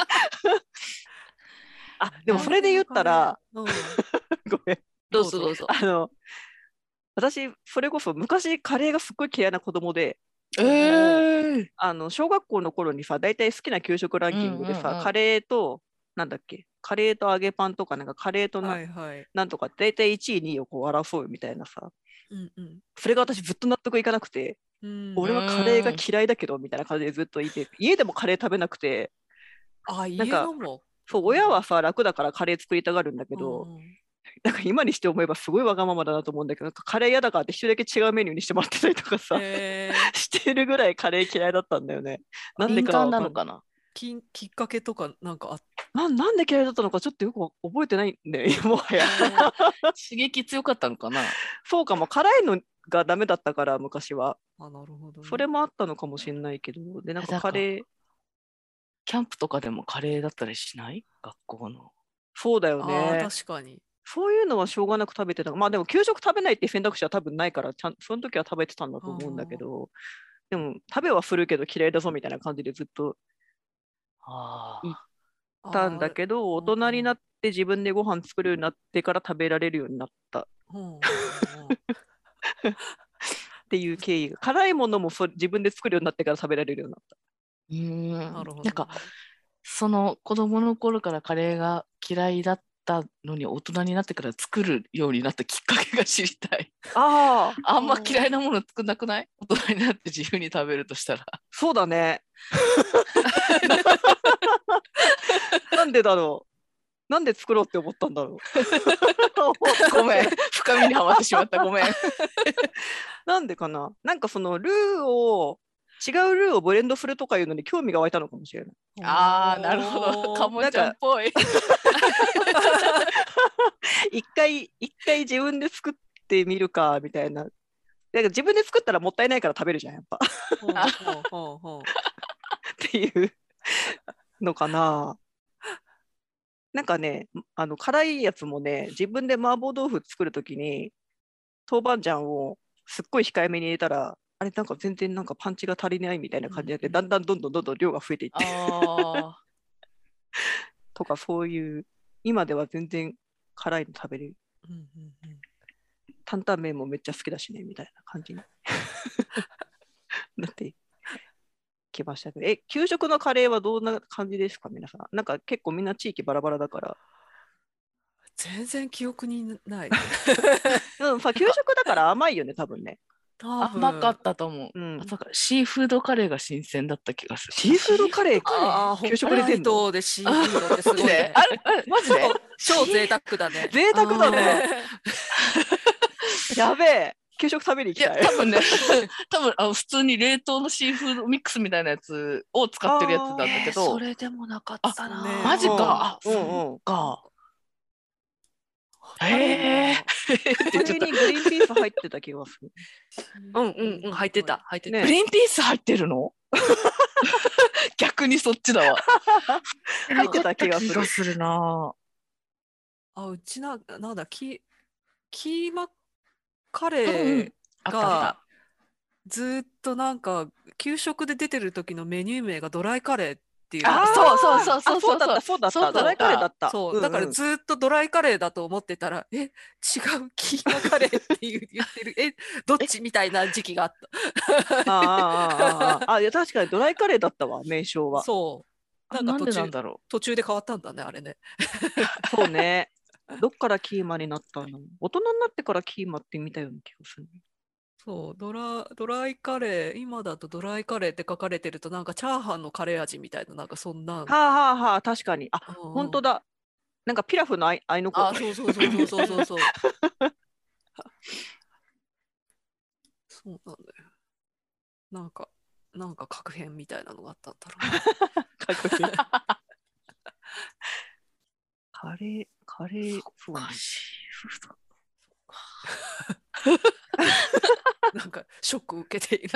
あ、でもそれで言ったら、 うん、 ごめん。 どうぞどうぞ。 私、それこそ昔カレーがすっごい嫌いな子供で、小学校の頃にさ、大体好きな給食ランキングでさ、カレーと、なんだっけ、カレーと揚げパンとか、なんかカレーとなんとかって大体1位、2位をこう争うみたいなさ、それが私ずっと納得いかなくて、俺はカレーが嫌いだけどみたいな感じでずっといて、家でもカレー食べなくて、 家のもそう親はさ楽だからカレー作りたがるんだけど、なんか今にして思えばすごいわがままだなと思うんだけど、なんかカレー嫌だからって一人だけ違うメニューにしてもらってたりとかさ、してるぐらいカレー嫌いだったんだよね。なんでかなのかな。 きっかけとかなんかなんで嫌いだったのかちょっとよく覚えてないんだよ、もはや。 刺激強かったのかな。 そうかも、辛いのがダメだったから昔は。 なるほど、ね、 それもあったのかもしれないけど、でなんかカレーキャンプとかでもカレーだったりしない？学校の。 そうだよね。 確かに。 そういうのはしょうがなく食べてた。まあでも給食食べないっていう選択肢は多分ないから、その時は食べてたんだと思うんだけど、でも食べはするけど嫌いだぞみたいな感じでずっと言ったんだけど、大人になって自分でご飯作るようになってから食べられるようになった。っていう経緯が、辛いものも自分で作るようになってから食べられるようになった。 なんかその子供の頃からカレーが嫌いだったのに大人になってから作るようになったきっかけが知りたい。あんま嫌いなもの作んなくない？大人になって自由に食べるとしたら。 そうだね。なんでだろう。なんで作ろうって思ったんだろう。 ごめん、深みにはまってしまった。ごめん。 なんでかな。なんかその違うルーをブレンドするとかいうのに興味が湧いたのかもしれない。 なるほど。かもちゃんっぽい。 一回自分で作ってみるかみたいな。だから自分で作ったらもったいないから食べるじゃん、やっぱ。っていうのかな。なんかね、辛いやつもね、自分で麻婆豆腐作るときに豆板醤をすっごい控えめに入れたら、あれなんか全然なんかパンチが足りないみたいな感じで、だんだんどんどん量が増えていってとか、そういう今では全然辛いの食べれる。担々麺もめっちゃ好きだしねみたいな感じになってきましたけど、給食のカレーはどんな感じですか皆さん？なんか結構みんな地域バラバラだから全然記憶にない。 給食だから甘いよね多分ね。 甘かったと思う。シーフードカレーが新鮮だった気がする。 シーフードカレー給食で出んの？ でシーフードってすごいね。 マジで？ 超贅沢だね。 贅沢だね。やべえ。給食食べに行きたい。 多分普通に冷凍のシーフードミックスみたいなやつを使ってるやつなんだけど。 それでもなかったな。 マジか。そうか。 カレーにグリーンピース入ってた気がする。 入ってた。 グリーンピース入ってるの？逆にそっちだわ。 入ってた気がするな。 うちなんだキーマカレーがずっとなんか給食で出てる時のメニュー名がドライカレーっっていう。 あ、そうそうだった、そうだった。ドライカレーだった。 そう、だからずっとドライカレーだと思ってたら、違う、キーマカレーって言ってる、どっちみたいな時期があった。 いや、確かにドライカレーだったわ、名称は。 そう。 なんでなんだろ途中で変わったんだね、あれね。 そうね。どっからキーマになったの？大人になってからキーマって見たような気がする。 そう、ドライカレー、今だとドライカレーって書かれてると、なんかチャーハンのカレー味みたいな、なんかそんな。 確かに。本当だ。なんかピラフのあいの子。 そう。そうなんだよ。なんか確変みたいなのがあったんだろうな。 確変。カレー、そうね。 なんかショック受けている。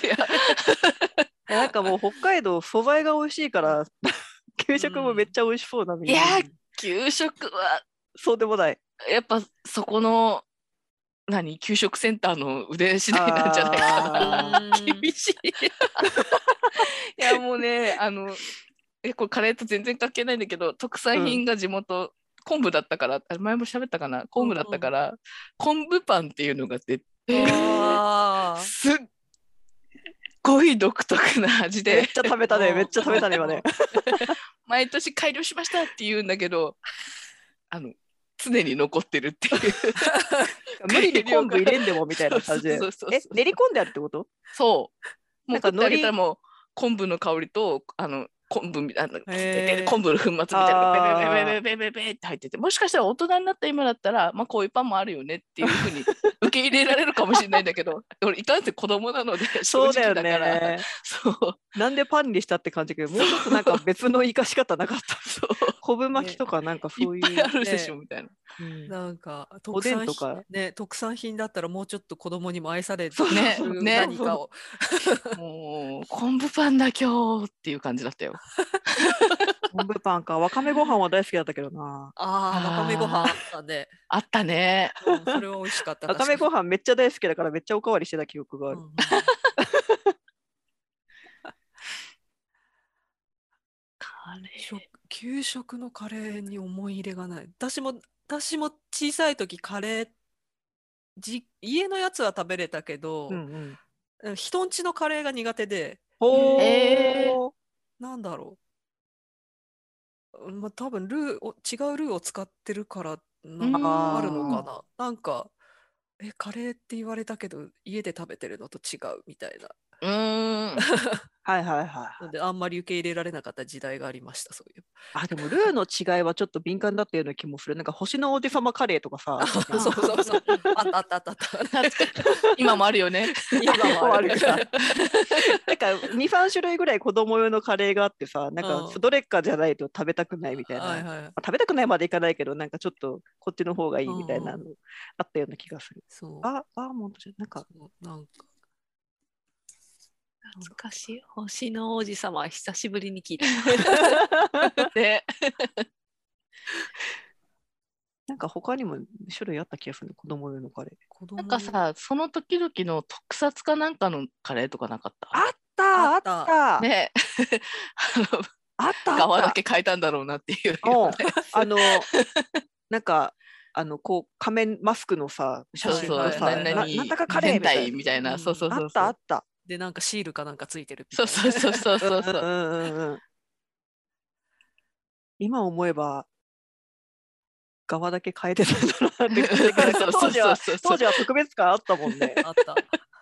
なんかもう北海道素材が美味しいから給食もめっちゃ美味しそうなみいや、給食はそうでもない。 やっぱそこの給食センターの腕次第なんじゃないかな。厳しい。いやもうね、これカレーと全然関係ないんだけど、特産品が地元、昆布だったから、前も喋ったかな、昆布だったから、昆布パンっていうのが出て、すっごい独特な味で。 めっちゃ食べたね、今ね。 毎年改良しましたって言うんだけど、常に残ってるっていう。 無理に昆布入れんでもみたいな感じで。練り込んであるってこと？ そう。もう買ってあげたらもう昆布の香りと昆布の粉末みたいなのがベベって入ってて、もしかしたら大人になった今だったら、まあこういうパンもあるよねっていうふうに受け入れられるかもしれないんだけど、俺いかんせん子供なので正直だから、そうなんでパンにしたって感じだけど、もうちょっとなんか別の生かし方なかった。昆布巻きとかなんかそういう。 いっぱいあるでしょみたいな。 なんかおでんとか特産品だったらもうちょっと子供にも愛される何かを。 もう昆布パンだ今日っていう感じだったよ。 昆布パンか。わかめご飯は大好きだったけどな。 わかめご飯あったね。 あったね。 それは美味しかった。 わかめご飯めっちゃ大好きだからめっちゃおかわりしてた記憶がある。 給食のカレーに思い入れがない。私も小さい時カレー家のやつは食べれたけど、人んちのカレーが苦手で、なんだろう、まあ、多分違うルーを使ってるからあるのかな。なんかカレーって言われたけど家で食べてるのと違うみたいな。であんまり受け入れられなかった時代がありました。そういう。 でもルーの違いはちょっと敏感だったような気もする。なんか星の王子様カレーとかさ。 そう。あった。 今もあるよね。 今もあるから。なんか2、3種類ぐらい子供用のカレーがあってさ、なんかどれかじゃないと食べたくないみたいな。食べたくないまでいかないけど、なんかちょっとこっちの方がいいみたいなのあったような気がする。バーモントじゃなんか。 懐かしい。星の王子様は久しぶりに聞いた。 なんか他にも種類あった気がする、子供用のカレー。 なんかさ、その時々の特撮かなんかのカレーとかなかった？ あった。 ね。 あった。 側だけ変えたんだろうなっていう。 なんかこう仮面マスクのさ写真とさ、なんだかカレーみたいな。 そう。 あった。 でなんかシールかなんかついてる。 そう。 今思えば側だけ変えてたんだなって当時は特別感あったもんね。 あった。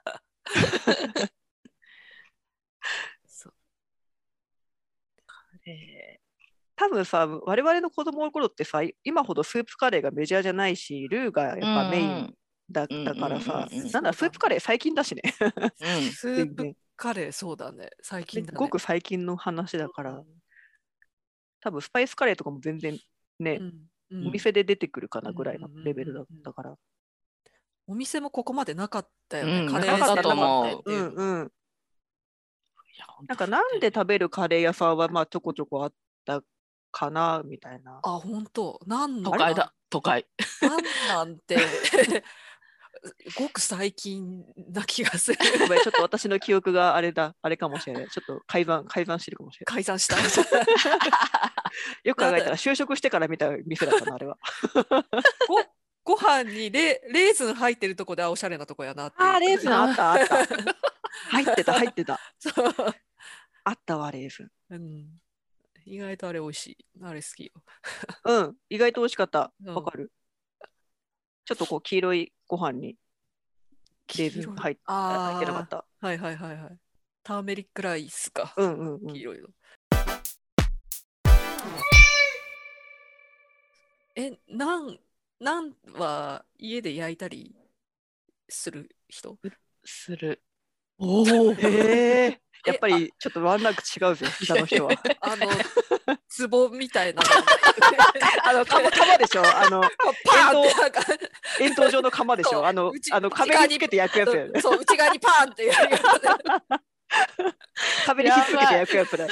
多分さ、我々の子供の頃ってさ、今ほどスープカレーがメジャーじゃないし、ルーがやっぱメインだったからさ、なんだスープカレー最近だしね。 スープカレーそうだね、最近だね。 ごく最近の話だから、多分スパイスカレーとかも全然ね、お店で出てくるかなぐらいのレベルだったから。 お店もここまでなかったよね。 カレーだと思う。なんかなんで食べるカレー屋さんはまあちょこちょこあったかなみたいな。 本当。 都会だ、都会。 なんてごく最近な気がする。 ごめん、ちょっと私の記憶があれかもしれない。ちょっと改ざんしてるかもしれない。 改ざんした。 よく考えたら就職してから見た店だったな、あれは。 ご飯にレーズン入ってるとこでおしゃれなとこやなっていう。 レーズンあったあった。入ってた。 そうあったわ、レーズン。 うん、意外とあれ美味しい。あれ好きよ。 うん、意外と美味しかった。 うんわかる。ちょっとこう黄色いご飯にレーズン入ってなかった。 はい。ターメリックライスか。 うん。 黄色いの。ナンは家で焼いたりする人？ する。 おお。へえ。やっぱりちょっとワンランク違うぜ、下の人は。 壺みたいな。 釜でしょ。 パーンって円筒状の釜でしょ。壁につけて焼くやつやね。 そう、内側にパーンってやるやつ。壁にひっつけて焼くやつだ。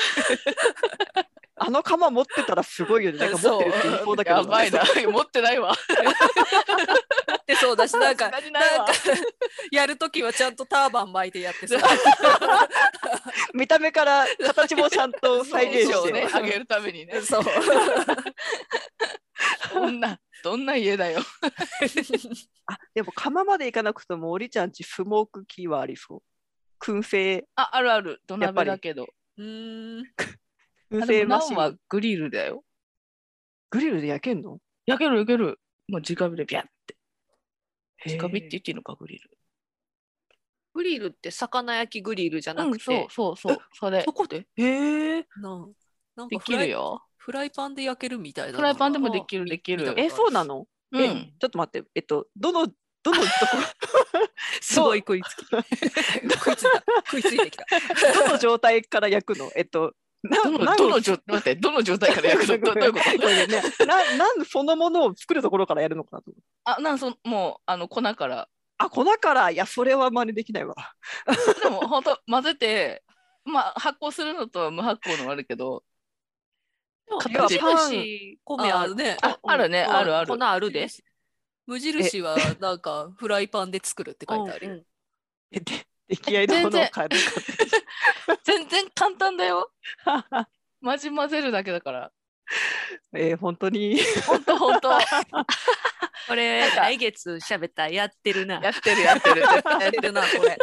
釜持ってたらすごいよね。なんか持ってるって言いそうだけど。 やばいな。持ってないわ。 でそうだし、なんかやるときはちゃんとターバン巻いてやってさ。 見た目から形もちゃんと再現してね、あげるためにね。 そう。 どんな家だよ。 でも釜まで行かなくてもおりちゃんちスモーク機はありそう。燻製。 ある。土鍋だけど。 燻製製マシンはグリルだよ。 グリルで焼けんの？ 焼ける。もう直火でビャッて。直火って言っていいのか、グリル。 グリルって魚焼きグリルじゃなくて、 そう。それ。 そこで？ へえ。 なんかできるよ。 フライパンで焼けるみたいな。 フライパンでもできる。 そうなの？ちょっと待って。どのとこすごい食いついてきた。 どの状態から焼くの？ どの状態から焼くの？どういうこと？ なんそのものを作るところからやるのかなと。 もう粉から。 粉から、いやそれは真似できないわ。 でも本当混ぜて、発酵するのと無発酵のもあるけど。 無印米あるね。 あるね、ある。 粉あるで。 無印はなんかフライパンで作るって書いてあるよ。 出来合いのものを変えるかって。 全然簡単だよ。混ぜるだけだから。 本当に。 本当。 これ来月喋ったらやってるな。 やってるなこれ。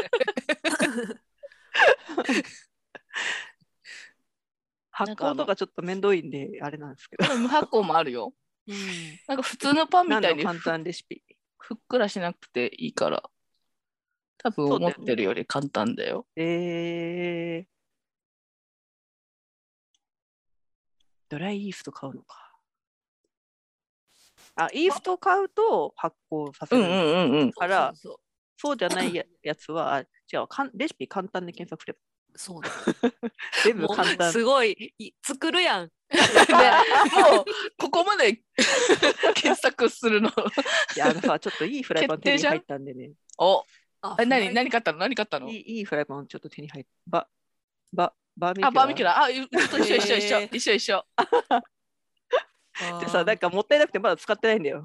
発酵とかちょっと面倒いんであれなんですけど。 無発酵もあるよ。なんか普通のパンみたいに簡単レシピ。 ふっくらしなくていいから。多分思ってるより簡単だよ。 ドライイースト買うのか。イースト買うと発酵させるから、そうじゃないやつはレシピ簡単で検索すれば。 そうだ。 全部簡単。 すごい作るやん。 もうここまで検索するの。 いやちょっといいフライパン手に入ったんでね。 何買ったの？ いいフライパンちょっと手に入った。バーミキュラ。一緒。 でさ、なんかもったいなくてまだ使ってないんだよ。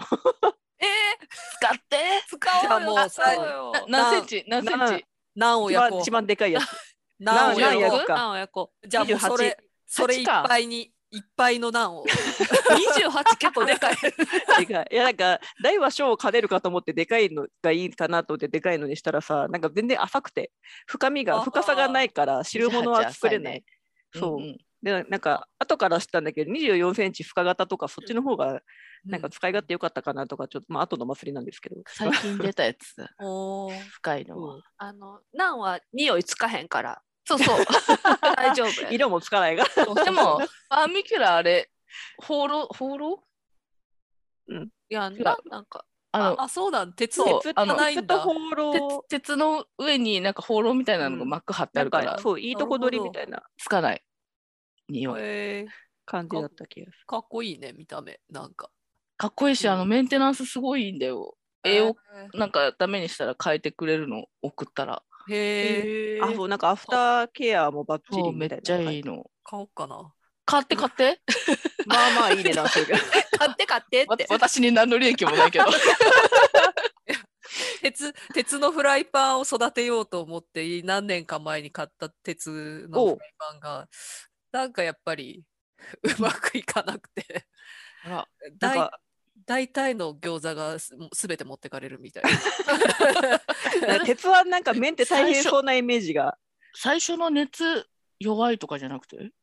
使おうよ。何センチ？ 何を焼こう。 一番でかいやつ。 何を焼こう。じゃあもうそれいっぱいのナンを。 28結構でかい。 いやなんか大は小を兼ねるかと思ってでかいのがいいかなと思ってでかいのにしたらさ、なんか全然浅くて深さがないから汁物は作れない。そう。でなんか後から知ったんだけど24センチ深型とかそっちの方がなんか使い勝手良かったかなとかちょっと後の祭りなんですけど。 最近出たやつ。深いのは。 ナンは匂いつかへんから。 そう。 大丈夫。 色もつかないが。 でもバーミキュラあれ放浪？ いやなんかそうだ。鉄と放鉄の上になんか放浪みたいなのが膜張ってあるから。 そういいとこ取りみたいな。 つかない匂い。 感じだった気がする。 かっこいいね見た目なんか。 かっこいいしメンテナンスすごいいいんだよ。絵をなんかダメにしたら変えてくれるの送ったら。 そうなんかアフターケアもバッチリみたいな。 めっちゃいいの。 買おうかな。 買って。 まあいい値段するけど。 買ってって。 私に何の利益もないけど。 鉄のフライパンを育てようと思って何年か前に買った鉄のフライパンがなんかやっぱりうまくいかなくてあら、 大体の餃子がすべて持ってかれるみたいな。 鉄はなんか麺って大変そうなイメージが。 最初の熱弱いとかじゃなくて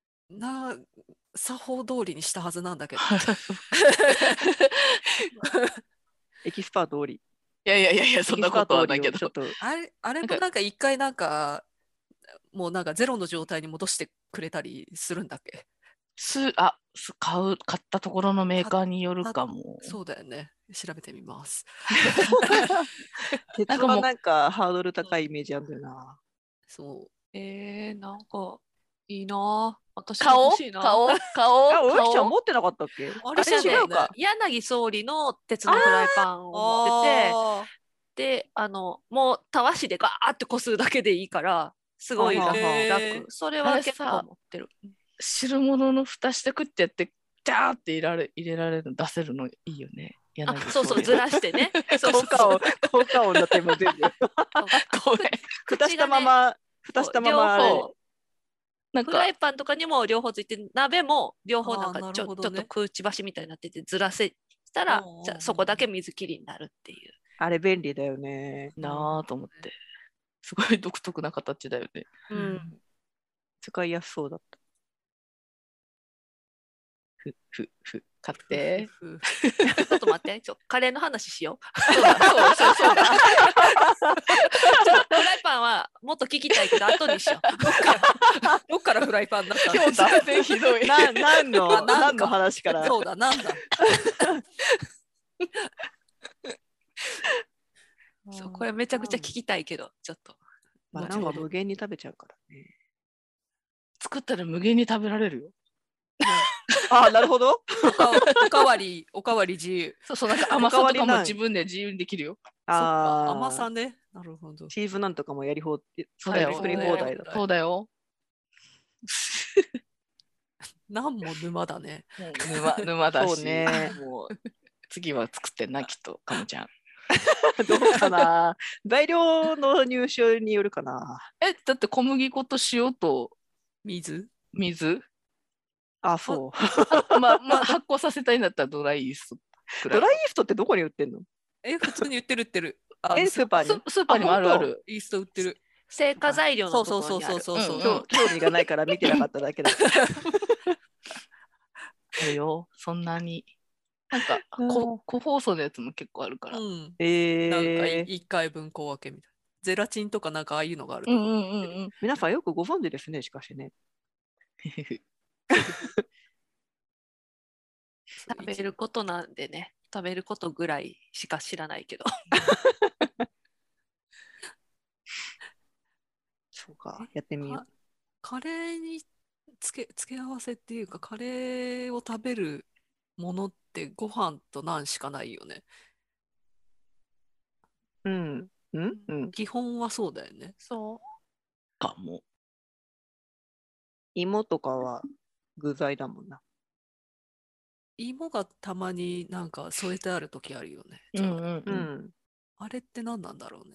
作法通りにしたはずなんだけど。 エキスパートおり。 いやそんなことはないけど。 あれもなんか一回なんかもうなんかゼロの状態に戻してくれたりするんだっけ。 買ったところのメーカーによるかも。 そうだよね。調べてみます。 鉄はなんかハードル高いイメージあるんだよな。 そう。 なんかいいな。私買おう。 も欲しいな。 おゆきちゃん持ってなかったっけ？ あれ違うか。 柳総理の鉄のフライパンを持ってて、で、もうたわしでガーってこするだけでいいから、すごい楽。それは結構持ってる。 汁物の蓋してくってやって、ジャーって入れられるの出せるのいいよね。 そうそう、ずらしてね。 効果音だってもう全部。蓋したまま。 フライパンとかにも両方ついて、鍋も両方なんかちょっと空ち橋みたいになってて、ずらせしたらそこだけ水切りになるっていう。 あれ便利だよね。 なあと思って。すごい独特な形だよね。 使いやすそうだった。 買って。 ちょっと待って、カレーの話しよう。 そうだ。 フライパンはもっと聞きたいけど、後にしよう。 どっからフライパンになったの？ 今日脱線ひどい。 何の話から。 そうだ、なんだ。 そう、これめちゃくちゃ聞きたいけど、ちょっと。 なんか無限に食べちゃうからね。 作ったら無限に食べられるよ。 なるほど。 おかわり自由。 そうなんか甘さとかも自分で自由にできるよ。 甘さね。なるほど。 チーズなんとかもやり放そうだよ。 作り放題だ。 そうだよ。 なんも沼だね。 沼だし。 そうね。 もう次は作ってんなきっとかもちゃん。 どうかな。材料の入手によるかな。 だって小麦粉と塩と水。 そう。 発酵させたいんだったらドライイースト。 ドライイーストってどこに売ってんの？ 普通に売ってる。 スーパーにもある。 イースト売ってる。 製菓材料のところにある。 そう。 興味がないから見てなかっただけだ。 あるよ。そんなに。なんか個包装のやつも結構あるから。 なんか1回分小分けみたいな。ゼラチンとかなんかああいうのがある。 皆さんよくご存知ですね、しかしね。 食べることなんでね、食べることぐらいしか知らないけど。 そうか、やってみよう。 カレーに付け合わせっていうか、カレーを食べるものってご飯とナンしかないよね。基本はそうだよね。 そうかも。 芋とかは具材だもんな。 芋がたまになんか添えてある時あるよね。あれって何なんだろうね。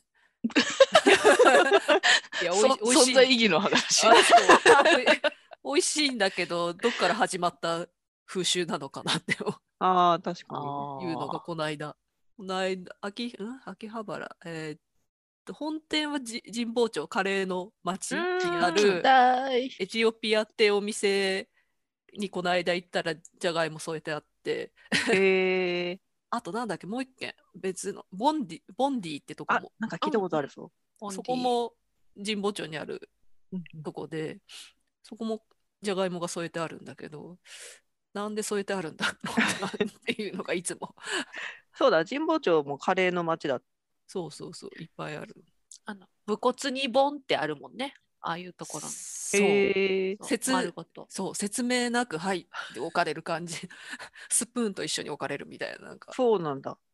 いや、存在意義の話。 美味しいんだけど、どっから始まった風習なのかなって確かにいうのがこの間秋葉原、本店は神保町カレーの町にあるエチオピアってお店にこの間行ったらじゃがいも添えてあって、あとなんだっけ、もう一軒別のボンディってとこもなんか聞いたことあるぞ。 そこも神保町にあるとこで、そこもじゃがいもが添えてあるんだけど、なんで添えてあるんだっていうのがいつも。 そうだ、神保町もカレーの町だ。 そう、いっぱいある。 武骨にボンってあるもんね。ああいうところ。 説明なくはいで置かれる感じ。スプーンと一緒に置かれるみたいな、なんか。 そうなんだ。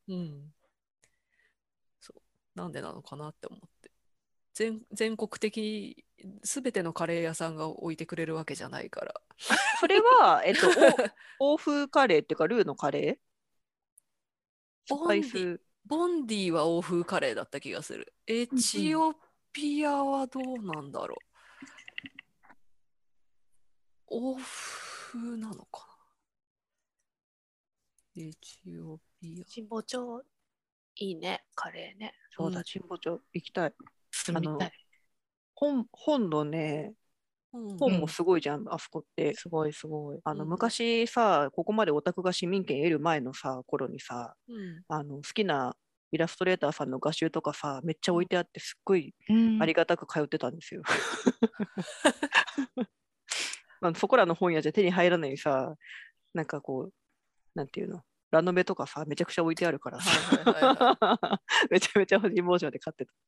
なんでなのかなって思って。全国的に全てのカレー屋さんが置いてくれるわけじゃないから。 それは欧風カレーっていうかルーのカレー？スパイス。 ボンディは欧風カレーだった気がする。エチオピアはどうなんだろう。欧風なのかな。エチオピ神保町いいね、カレーね。 そうだ、神保町行きたい。 住みたい。 本のね、 ア。うん本もすごいじゃん、あそこって。 すごいすごい。 うん昔さ、ここまでオタクが市民権得る前のさ、頃にさ、 うん好きなイラストレーターさんの画集とかさ、めっちゃ置いてあって、すっごいありがたく通ってたんですよ。そこらの本屋じゃ手に入らないさ、なんかこう、なんていうの、ラノベとかさ、めちゃくちゃ置いてあるからさ、めちゃめちゃ神保町で買ってた。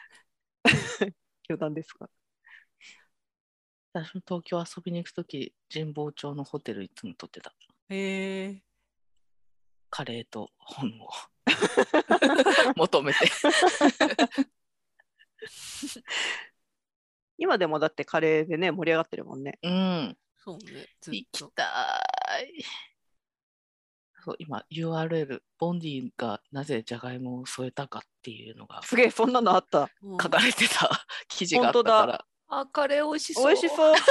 余談ですが。 私も東京遊びに行くとき、神保町のホテルいつも取ってた。 へえ。 カレーと本を求めて。 今でもだってカレーでね、盛り上がってるもんね。 うん。 そうね。ずっ行きと。 たい。そう、今 URL、ボンディがなぜジャガイモを添えたかっていうのがすげえ、そんなのあった。 うん書かれてた記事があったから。 あ、カレー美味しそう。 美味しそう。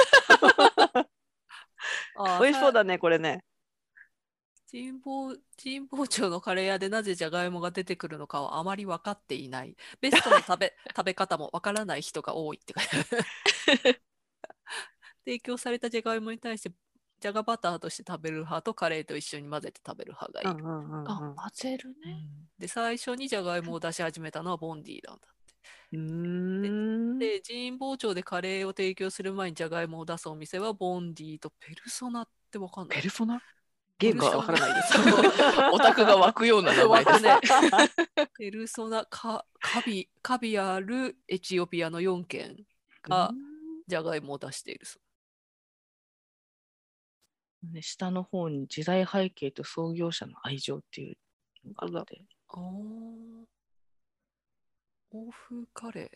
あ美味しそうだね、これね。 神保町のカレー屋でなぜじゃがいもが出てくるのかはあまり分かっていない。ベストの食べ方も分からない人が多いって書いてある。提供されたじゃがいもに対してじゃがバターとして食べる派とカレーと一緒に混ぜて食べる派がいる。 あ、混ぜるね。 で、最初にじゃがいもを出し始めたのはボンディなんだって。 うん。 で、神保町でカレーを提供する前にじゃがいもを出すお店はボンディとペルソナって分かんない。 ペルソナゲームしかわからないです。 オタクが湧くような名前ですね。 ペルソナ、カビアル、エチオピアの4県がじゃがいもを出しているそう。 ね、下の方に時代背景と創業者の愛情っていうのがあって。 欧風カレー。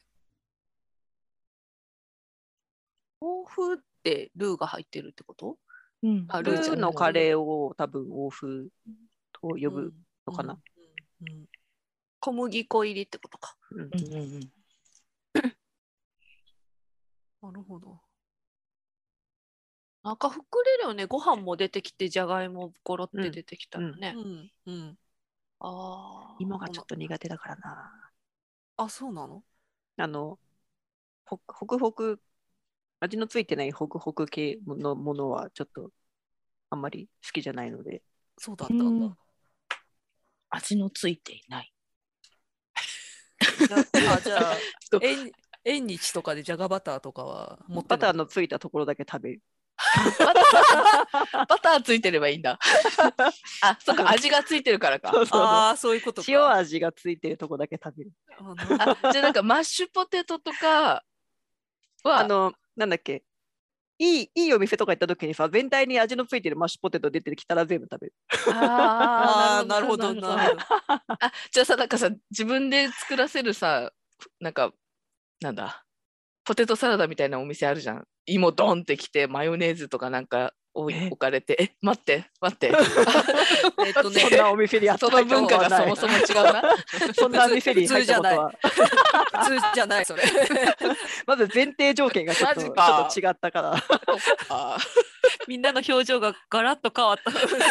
欧風ってルーが入ってるってこと？ うん、 あルーのカー。 レーを多分欧風と呼ぶのかな。 小麦粉入りってことか。 うんうんうん。 なるほど。 なんか膨れるよね。ご飯も出てきて、じゃがいもゴロって出てきたらね。ああ。 芋がちょっと苦手だからな。 あ、そうなの？ ホクホク、味のついてないホクホク系のものはちょっとあんまり好きじゃないので。 そうだったんだ。 味のついていない。 じゃあ、縁日とかでじゃがバターとかは持ってバターのついたところだけ食べる。 バターついてればいいんだ。あ、そっか、味がついてるからか。 ああ、そういうことか。 塩味がついてるとこだけ食べる。 あ、じゃあなんかマッシュポテトとかはなんだっけ、いいお店とか行った時にさ、全体に味のついてるマッシュポテト出てきたら全部食べる。 なるほど。 あ、じゃあさ、なんかさ、自分で作らせるさ、なんか、なんだ、ポテトサラダみたいなお店あるじゃん。芋ドンってきて、マヨネーズとかなんか置かれて、待って。 そんなお店にその文化がそもそも違うな。 そんな店に入ったことは。 普通じゃない、それ。 まず前提条件がちょっと違ったから。 みんなの表情がガラッと変わった。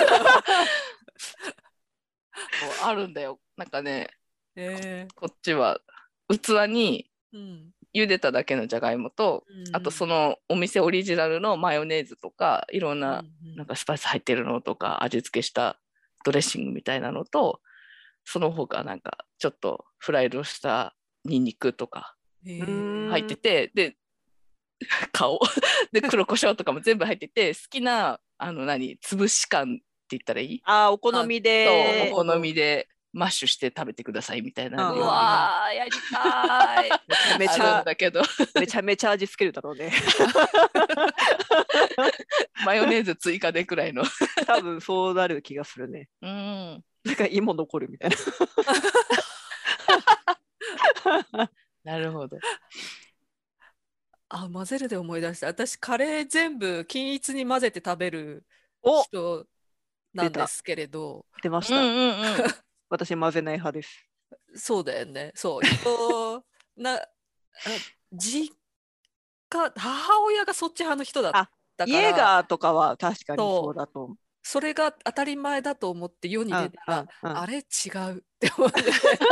あるんだよ。なんかね、こっちは器に茹でただけのじゃがいもと、あとそのお店オリジナルのマヨネーズとかいろんななんかスパイス入ってるのとか味付けしたドレッシングみたいなのと、その他なんかちょっとフライドしたニンニクとか入ってて、で顔で黒胡椒とかも全部入ってて、好きな潰し感って言ったらいい？ お好みで。 お好みでマッシュして食べてくださいみたいな。 うわー、やりたい。 めちゃめちゃ味付けるだろうね。 マヨネーズ追加でくらいの。 多分そうなる気がするね。なんか芋残るみたいな。なるほど。 混ぜるで思い出した。私カレー全部均一に混ぜて食べる人なんですけれど。 出ました。私混ぜない派です。 そうだよね。そう。な、実家、母親がそっち派の人だっあ、 たかイエら、 ガーとかは確かにそうそうだと思う。 それが当たり前だと思って世に出たら、あれ違うって思って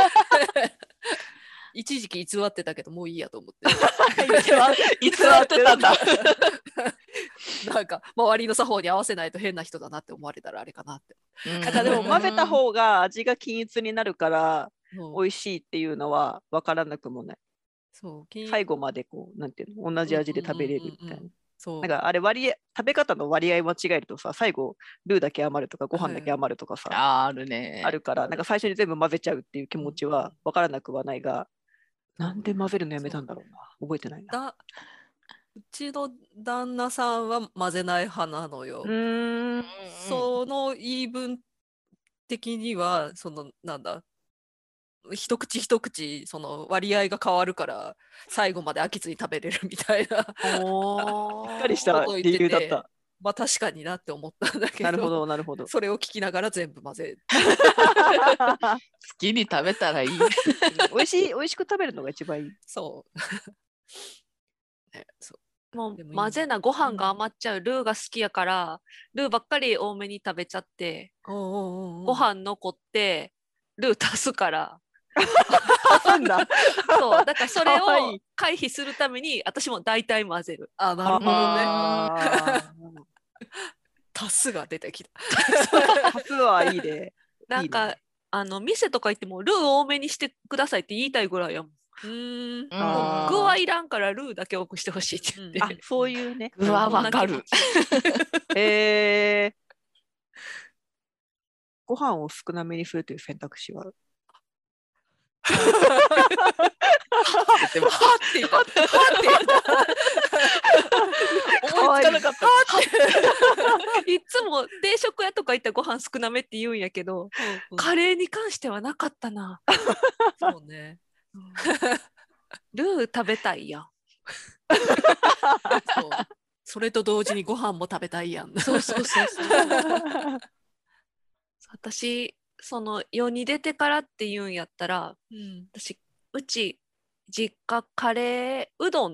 一時期偽ってたけどもういいやと思って偽ってたんだ。 なんか周りの作法に合わせないと変な人だなって思われたらあれかなって。 なんかでも混ぜた方が味が均一になるからそう美味しいっていうのは分からなくもない。 そう最後までこうなんていうの同じ味で食べれるみたいな。 そうなんかあれ食べ方の割合間違えるとさ、最後ルーだけ余るとかご飯だけ余るとかさ、 あるね。 あるから、なんか最初に全部混ぜちゃうっていう気持ちは分からなくはないが、なんで混ぜるのやめたんだろうな。覚えてないな。 うちの旦那さんは混ぜない派なのよ。その言い分的にはそのなんだ一口一口その割合が変わるから最後まで飽きずに食べれるみたいなしっかりした理由だった。 まあ確かになって思ったんだけど、 なるほどなるほど。 それを聞きながら全部混ぜ好きに食べたらいい。 美味しく食べるのが一番いい。 そうね、そうもう混ぜなご飯が余っちゃう、ルーが好きやからルーばっかり多めに食べちゃって、ご飯残ってルー足すからなんだ。 そうだからそれを回避するために私も大体混ぜる。 あ、なるほどね。足すが出てきた。 足すはいいで。 なんか店とか行ってもルー多めにしてくださいって言いたいぐらいやもん。具はいらんからルーだけ多くしてほしいって言って、 あ、そういうね。 具はわかる。 ご飯を少なめにするという選択肢は。 でもはって言った。はって言った。思いつかなかった。 いつも定食屋とか行ったらご飯少なめって言うんやけど、カレーに関してはなかったな。 そうね。 ルー食べたいやん。 そう。それと同時にご飯も食べたいやん。 そうそうそうそう。私その世に出てからって言うんやったら、私うち実家カレーうどんって、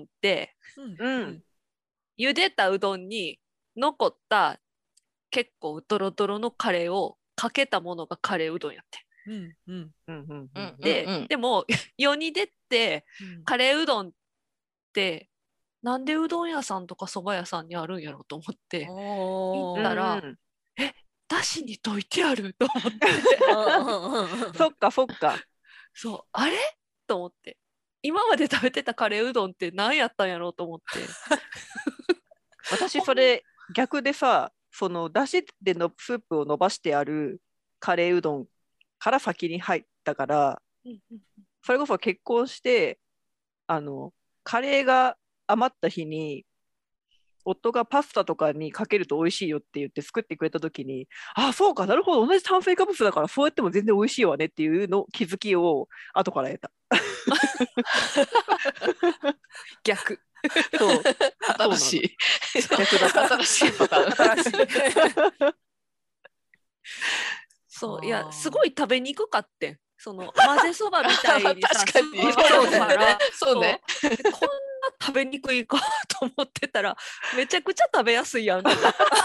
茹でたうどんに残った結構ドロドロのカレーをかけたものがカレーうどんやって。でも世に出てカレーうどんってなんでうどん屋さんとかそば屋さんにあるんやろうと思って行ったら、だしに溶いてあると思ってそっかそっか。 そうあれと思って、今まで食べてたカレーうどんって何やったんやろうと思って私それ逆でさ、そのだしでのスープを伸ばしてあるカレーうどんから先に入ったから、それこそ結婚してカレーが余った日に夫がパスタとかにかけると美味しいよって言って作ってくれた時に、あ、そうか、なるほど、同じ炭水化物だからそうやっても全然美味しいわねっていうの気づきを後から得た。 逆。 そう新しい。 逆だった。 新しいパターン。 新しい。 そういやすごい食べにくかってん、その混ぜそばみたいにさ確かにそうね。 こんな食べにくいかと思ってたらめちゃくちゃ食べやすいやん。 なる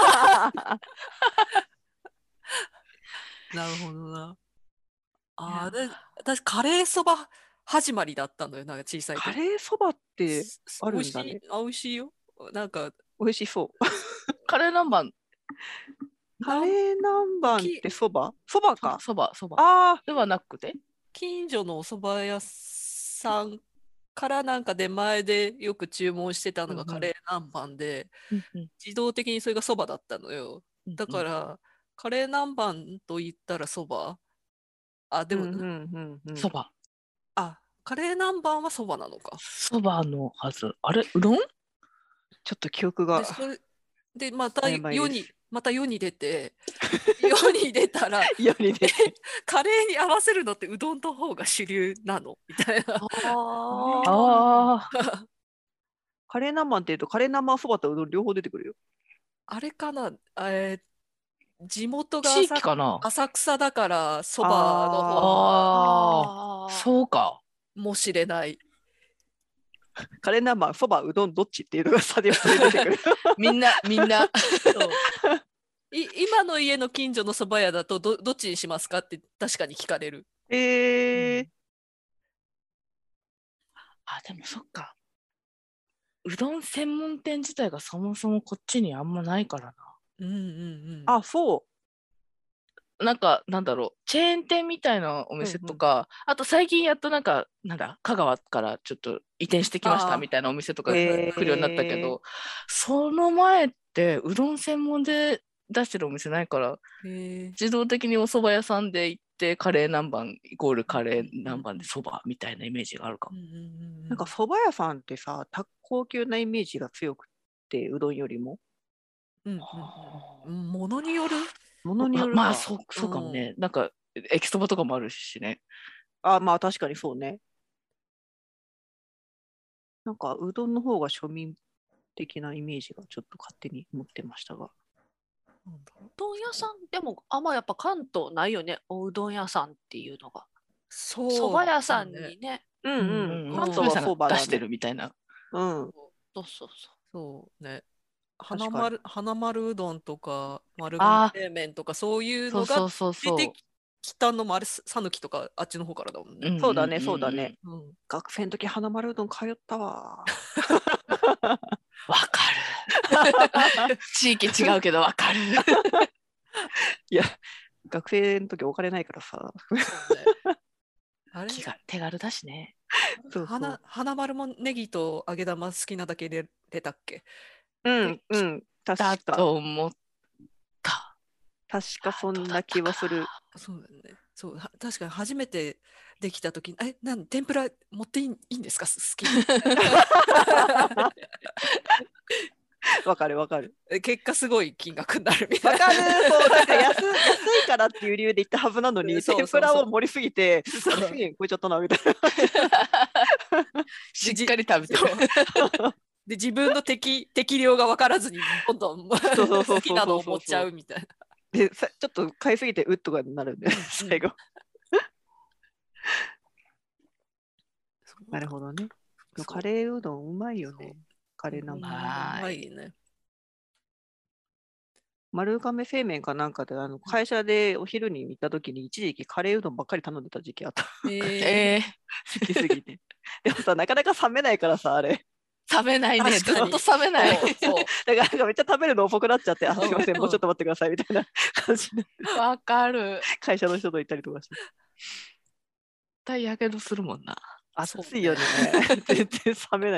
ほどな。私カレーそば始まりだったのよ、なんか小さい時。 カレーそばってあるんだね。 美味しいよ。なんか美味しそう。 カレー南蛮。 カレー南蛮ってそば？そばか。 そば。 ああ。 ではなくて、 近所のお蕎麦屋さんからなんか出前でよく注文してたのがカレー南蛮で、自動的にそれがそばだったのよ。だから、カレー南蛮と言ったらそば。あ、でも、 そば。 あ、カレー南蛮はそばなのか。 そばのはず。あれ、うどん？ ちょっと記憶が。 で、また世に出て、世に出たら、カレーに合わせるのってうどんの方が主流なのみたいな。 カレー南蛮って言うと、カレー南蛮そばとうどん両方出てくるよ。 あれかな、地元が地域かな、 浅草だからそばの方。 もしれない。 カレー南蛮、そば、うどん、どっちっていうのがさ、出てくる。 みんなそう今の家の近所の蕎麦屋だとどっちにしますかって確かに聞かれる。 あ、でもそっか。うどん専門店自体がそもそもこっちにあんまないからな。 うんうんうん。 あ、そう。 なんかなんだろう、チェーン店みたいなお店とか、あと最近やっとなんか香川からちょっと移転してきましたみたいなお店とか来るようになったけど、その前ってうどん専門で出してるお店ないから、自動的にお蕎麦屋さんで行ってカレー南蛮イコールカレー南蛮で蕎麦みたいなイメージがあるかも。 なんか蕎麦屋さんってさ、高級なイメージが強くて、うどんよりも。 ものによる。 ものによるか。 まあそうかもね。なんか駅そばとかもあるしね。 あ、まあ確かにそうね。なんかうどんの方が庶民的なイメージがちょっと勝手に持ってましたが。 うどん屋さんでもあんまやっぱ関東ないよね、おうどん屋さんっていうのが。 そう、 蕎麦屋さんにね。 関東はそば出してるみたいな。 そうね。花丸うどんとか丸亀製麺とかそういうのが出てきたのもあれ讃岐とかあっちの方からだもんね。 そうだねそうだね。学生の時花丸うどん通ったわ。 わかる。地域違うけどわかる。 いや学生の時お金ないからさ。 あれ手軽だしね。 花丸もネギと揚げ玉好きなだけ入れたっけ？ だと思った。 確かそんな気はする。 そうだね。そう確かに初めてできた時天ぷら持っていいんですか？好き。 わかるわかる。 結果すごい金額になるみたいな。わかる。そうなんか安いからっていう理由で言ったはずなのに天ぷらを盛りすぎて1000円超えちゃったなみたいな。 しっかり食べてる。 で自分の適量が分からずにどんどん好きなのを持っちゃうみたいな。 でちょっと買いすぎてうっとかになるんで最後。なるほどね。カレーうどんうまいよね。カレー南蛮。 うまいね。 丸亀製麺かなんかで会社でお昼に行った時に一時期カレーうどんばっかり頼んでた時期あった。好きすぎて。でもさなかなか冷めないからさあれ。 冷めないね。ずっと冷めない。 だからめっちゃ食べるの遅くなっちゃって、すいませんもうちょっと待ってくださいみたいな感じで。 わかる。 会社の人と行ったりとかして。 絶対やけどするもんな。 暑いよね。全然冷めない。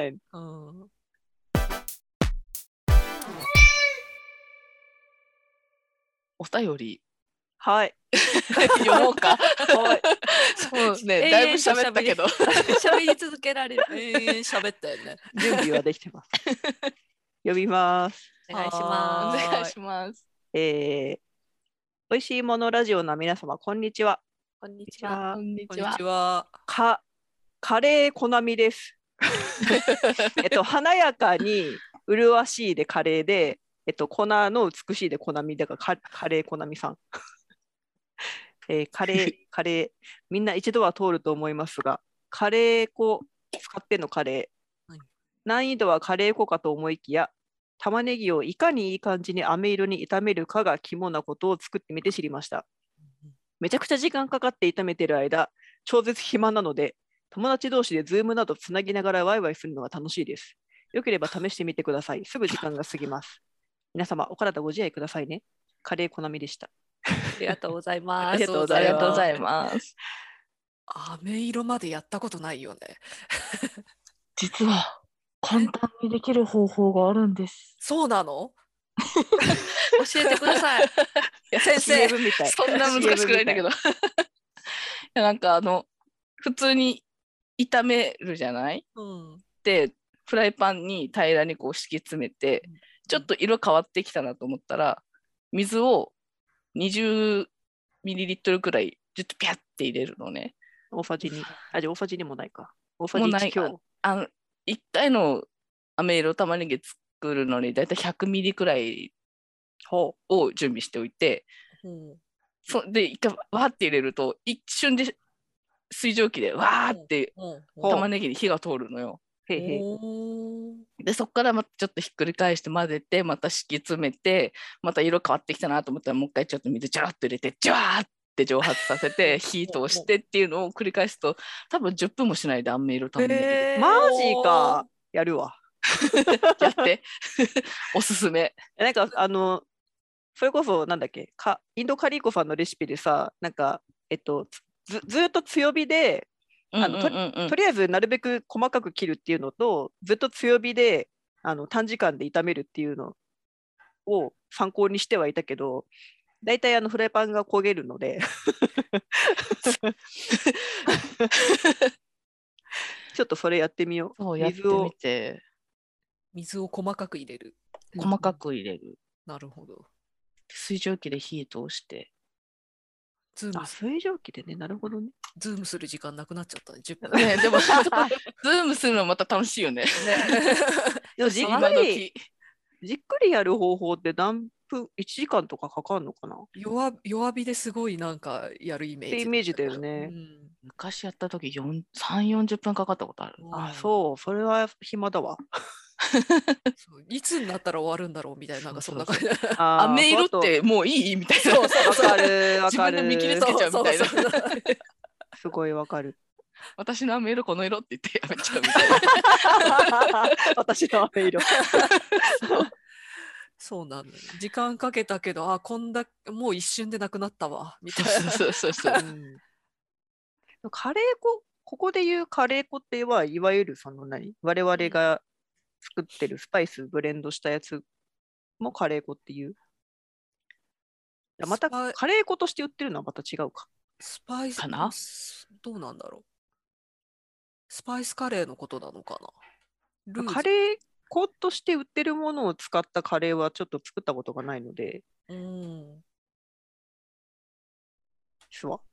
お便り。 はい。 読もうか。そうね、だいぶ喋ったけど。 喋り続けられる。 喋ったよね。 準備はできてます。読みます。 お願いします。 お願いします。 おいしいものラジオの皆様、こんにちは。 こんにちは。 こんにちは。 カレーコナミです。華やかに麗しいでカレーで、粉の美しいでコナミだからカレーコナミさん。カレー、みんな一度は通ると思いますが、カレー粉使ってのカレー。難易度はカレー粉かと思いきや、玉ねぎをいかにいい感じに飴色に炒めるかが肝なことを作ってみて知りました。めちゃくちゃ時間かかって炒めてる間、超絶暇なので、友達同士でズームなどつなぎながらワイワイするのが楽しいです。よければ試してみてください。すぐ時間が過ぎます。皆様、お体ご自愛くださいね。カレーコナミでした。 ありがとうございます。 ありがとうございます。 飴色までやったことないよね。 実は簡単にできる方法があるんです。 そうなの？ 教えてください。 先生みたい。 そんな難しくないんだけど。なんか普通に炒めるじゃない？でフライパンに平らにこう敷き詰めて、ちょっと色変わってきたなと思ったら水を20ミリリットルくらいちょっとピャッて入れるのね。 大さじ2。じゃあ大さじ2もないか。大さじ1強。 1回の飴色玉ねぎ作るのにだいたい100ミリくらいを準備しておいて、で一回わーって入れると一瞬で水蒸気でわーってほう玉ねぎに火が通るのよ。 へいへい。 でそこからまたちょっとひっくり返して混ぜてまた敷き詰めてまた色変わってきたなと思ったらもう一回ちょっと水ジャーッと入れてジャーって蒸発させて火通してっていうのを繰り返すと多分10分もしないで飴色玉ねぎでマジか。やるわ。 やっておすすめ。 なんかそれこそなんだっけインドカリーコさんのレシピでさ、なんかずっと強火でとりあえずなるべく細かく切るっていうのと、ずっと強火で短時間で炒めるっていうのを参考にしてはいたけど、大体フライパンが焦げるのでちょっとそれやってみよう。 そうやってみて水を細かく入れる。 細かく入れる。 なるほど。 水蒸気で火通して水蒸気でね、なるほどね。 ズームする時間なくなっちゃったね。10分ね、でもズームするのまた楽しいよね。 でもじっくりやる方法って何分、1時間とかかかるのかな。 弱火ですごいなんかやるイメージ。 ってイメージだよね。 昔やった時3、40分かかったことある。 そう、それは暇だわ。 いつになったら終わるんだろうみたいな、なんかそんな感じ。 飴色ってもういいみたいな。 わかるわかる。 自分で見切りつけちゃうみたいな。 すごいわかる。 私の飴色この色って言ってやめちゃうみたいな。 私の飴色。 そうなの。時間かけたけど、もう一瞬でなくなったわみたいな。 そう。 カレー粉、ここで言うカレー粉っていわゆる我々が作ってるスパイスブレンドしたやつもカレー粉っていう。またカレー粉として売ってるのはまた違うか。 スパイスかな？ どうなんだろう。スパイスカレーのことなのかな。 カレー粉として売ってるものを使ったカレーはちょっと作ったことがないので。すわ。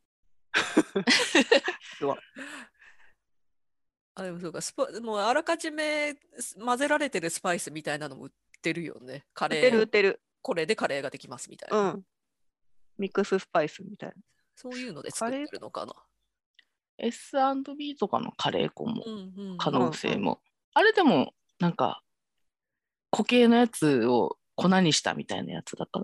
でもそうか、もうあらかじめ混ぜられてるスパイスみたいなのも売ってるよね。カレー。 売ってる。 これでカレーができますみたいな。 ミックススパイスみたいな。 そういうので作ってるのかな。 S&B とかのカレー粉も可能性も。あれでもなんか固形のやつを粉にしたみたいなやつだから。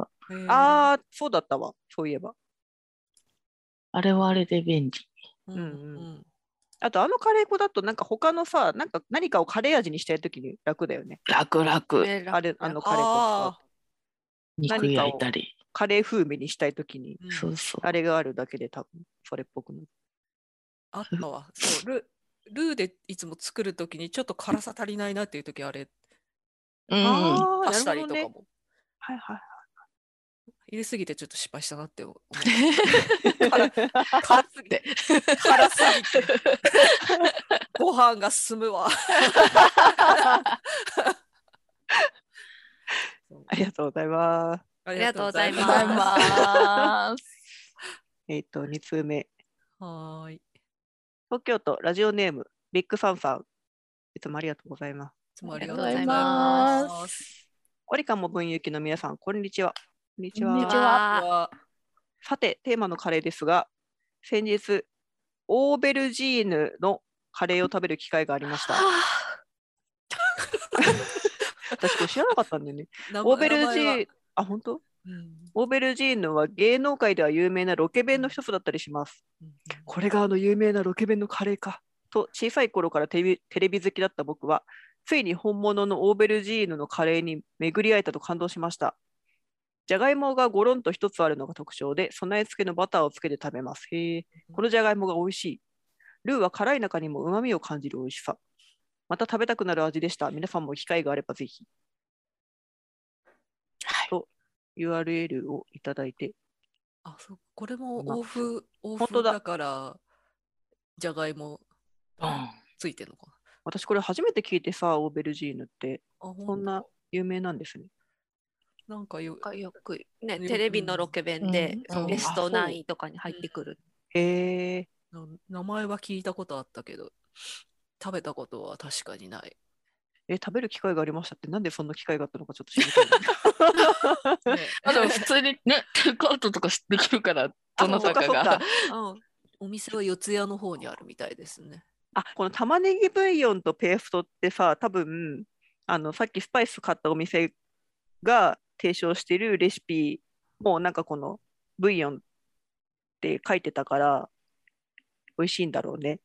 そうだったわ。そういえば。 あれはあれで便利。 あとカレー粉だとなんか他のさ、何かをカレー味にしたいときに楽だよね。 楽。 カレー粉。 肉焼いたり。 カレー風味にしたいときに、あれがあるだけで多分それっぽくなる。 あったわ。そう、ルーでいつも作るときにちょっと辛さ足りないなっていうときあれ、足したりとかも。入れすぎてちょっと失敗したなって思う。辛すぎて。ご飯が進むわ。 ありがとうございます。 ありがとうございます。 2通目。 はい。 東京都ラジオネームビッグサンさん。いつもありがとうございます。 いつもありがとうございます。 オリカンも文ゆきの皆さん、こんにちは。 こんにちは。 さて、テーマのカレーですが、先日、オーベルジーヌのカレーを食べる機会がありました。私、これ知らなかったんだよね。オーベルジーヌ、本当？オーベルジーヌは芸能界では有名なロケ弁の一つだったりします。これが有名なロケ弁のカレーか。と、小さい頃からテレビ好きだった僕は、ついに本物のオーベルジーヌのカレーに巡り会えたと感動しました。じゃがいもがゴロンと一つあるのが特徴で、備え付けのバターをつけて食べます。このじゃがいもが美味しい。ルーは辛い中にも旨味を感じる美味しさ。また食べたくなる味でした。皆さんも機会があればぜひ。と URL をいただいて。 これも欧風だからじゃがいもついてるのかな。 私これ初めて聞いてさ、オーベルジーヌってそんな有名なんですね。 なんかよくね、テレビのロケ弁でベスト9とかに入ってくる。 名前は聞いたことあったけど食べたことは確かにない。 食べる機会がありましたって、なんでそんな機会があったのかちょっと知りたい。 でも普通にね、テイクアウトとかできるから、どなたかが。 お店は四谷の方にあるみたいですね。 あ、この玉ねぎブイヨンとペーストってさ、多分、さっきスパイス買ったお店が提唱してるレシピも、なんかこのブイヨンって書いてたから、美味しいんだろうね。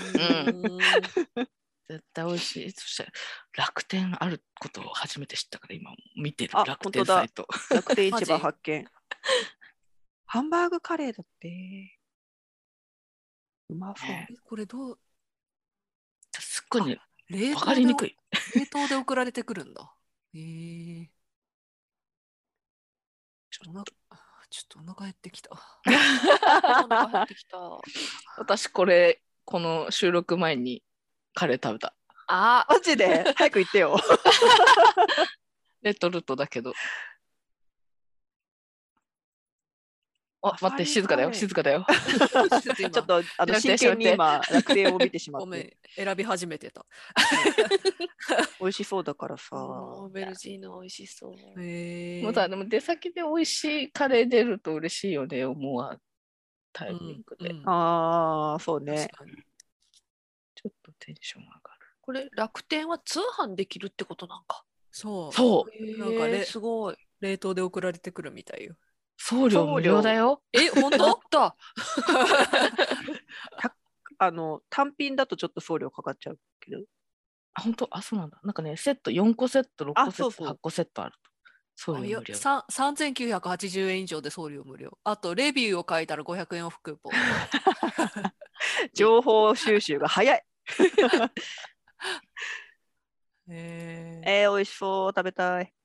絶対美味しい。そして楽天あることを初めて知ったから今見てるあ、 楽本当だ天サイト。 楽天市場マジ発見。ハンバーグカレーだって。うまそう。 ねこれどうすっごいね、 冷わかりにくい。 冷凍で送られてくるんだ。ちょっとお腹減ってきた。 お腹減ってきた。 私この収録前にカレー食べた。 あ、 マジで早く言ってよ。 レトルトだけど。あ、待って、静かだよ、静かだよ。 ちょっちょっと真剣に今楽天を見てしまっごめんて。 選び始めてた。 美味しそうだからさ。 オーベルジーヌ美味しそう。 もうさ、でも出先で美味しいカレー出ると嬉しいよね、思わタイミングで。 ああ、そうね。 確かにちょっとテンション上がる。 これ楽天は通販できるってことなんか。 そうそう、 なんかすごい。 冷凍で送られてくるみたいよ。 送料無料だよ。 本当あった。 単品だとちょっと送料かかっちゃうけど。 あ、本当、あ、そうなんだ。なんかね、セット4個セット、6個セット、 そうそう 8個セットあると。送料無料。 3980円以上で送料無料。あとレビューを書いたら500円オフクーポン。 情報収集が早い。美味しそう。食べたい。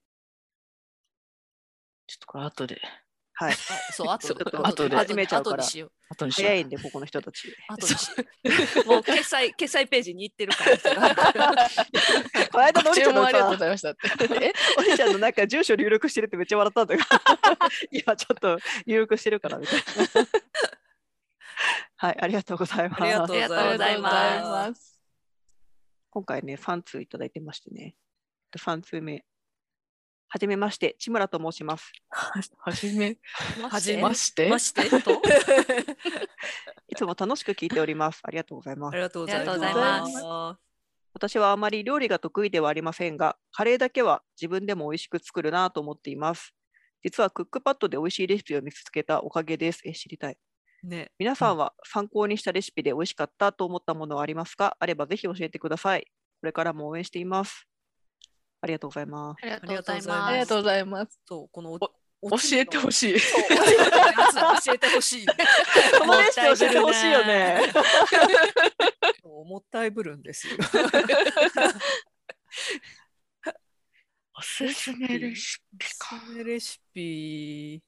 ちょっとこれ後で。 はい。 そう、あとちょっと後で始めちゃうから後にしよう。 後にしよう。 早いんで、ここの人たち。 後にしよう。 もう決済ページに行ってるから。 この間のおりちゃんの注文ありがとうごさ、 ざいましたって。 おりちゃんのなんか住所入力してるってめっちゃ笑ったんだよ。今ちょっと入力してるからみたいな。はい、ありがとうございます。 ありがとうございありがとうございますす。 今回ね、3通いただいてましてね。3通目。はじめまして、千村と申します。 はじめはじめまして。 ましてと。 いつも楽しく聞いております。ありがとうございます。 ありがとうございありがとうございます。 私はあまり料理が得意ではありませんが、カレーだけは自分でも美味しく作るなと思っています。実はクックパッドで美味しいレシピを見つけたおかげです。知りたい。 ね、 皆さんは参考にしたレシピで美味しかったと思ったものはありますか？あればぜひ教えてください。これからも応援しています。ありがとうございます。 ありがとうございありがとうございます。 ありがとうございます。 そうこの教えてほしい。 教えてほしい。 このレシピ教えてほしいよね。 もったいぶるんですよ。 おすすめレシピか。 おすすめレシピ。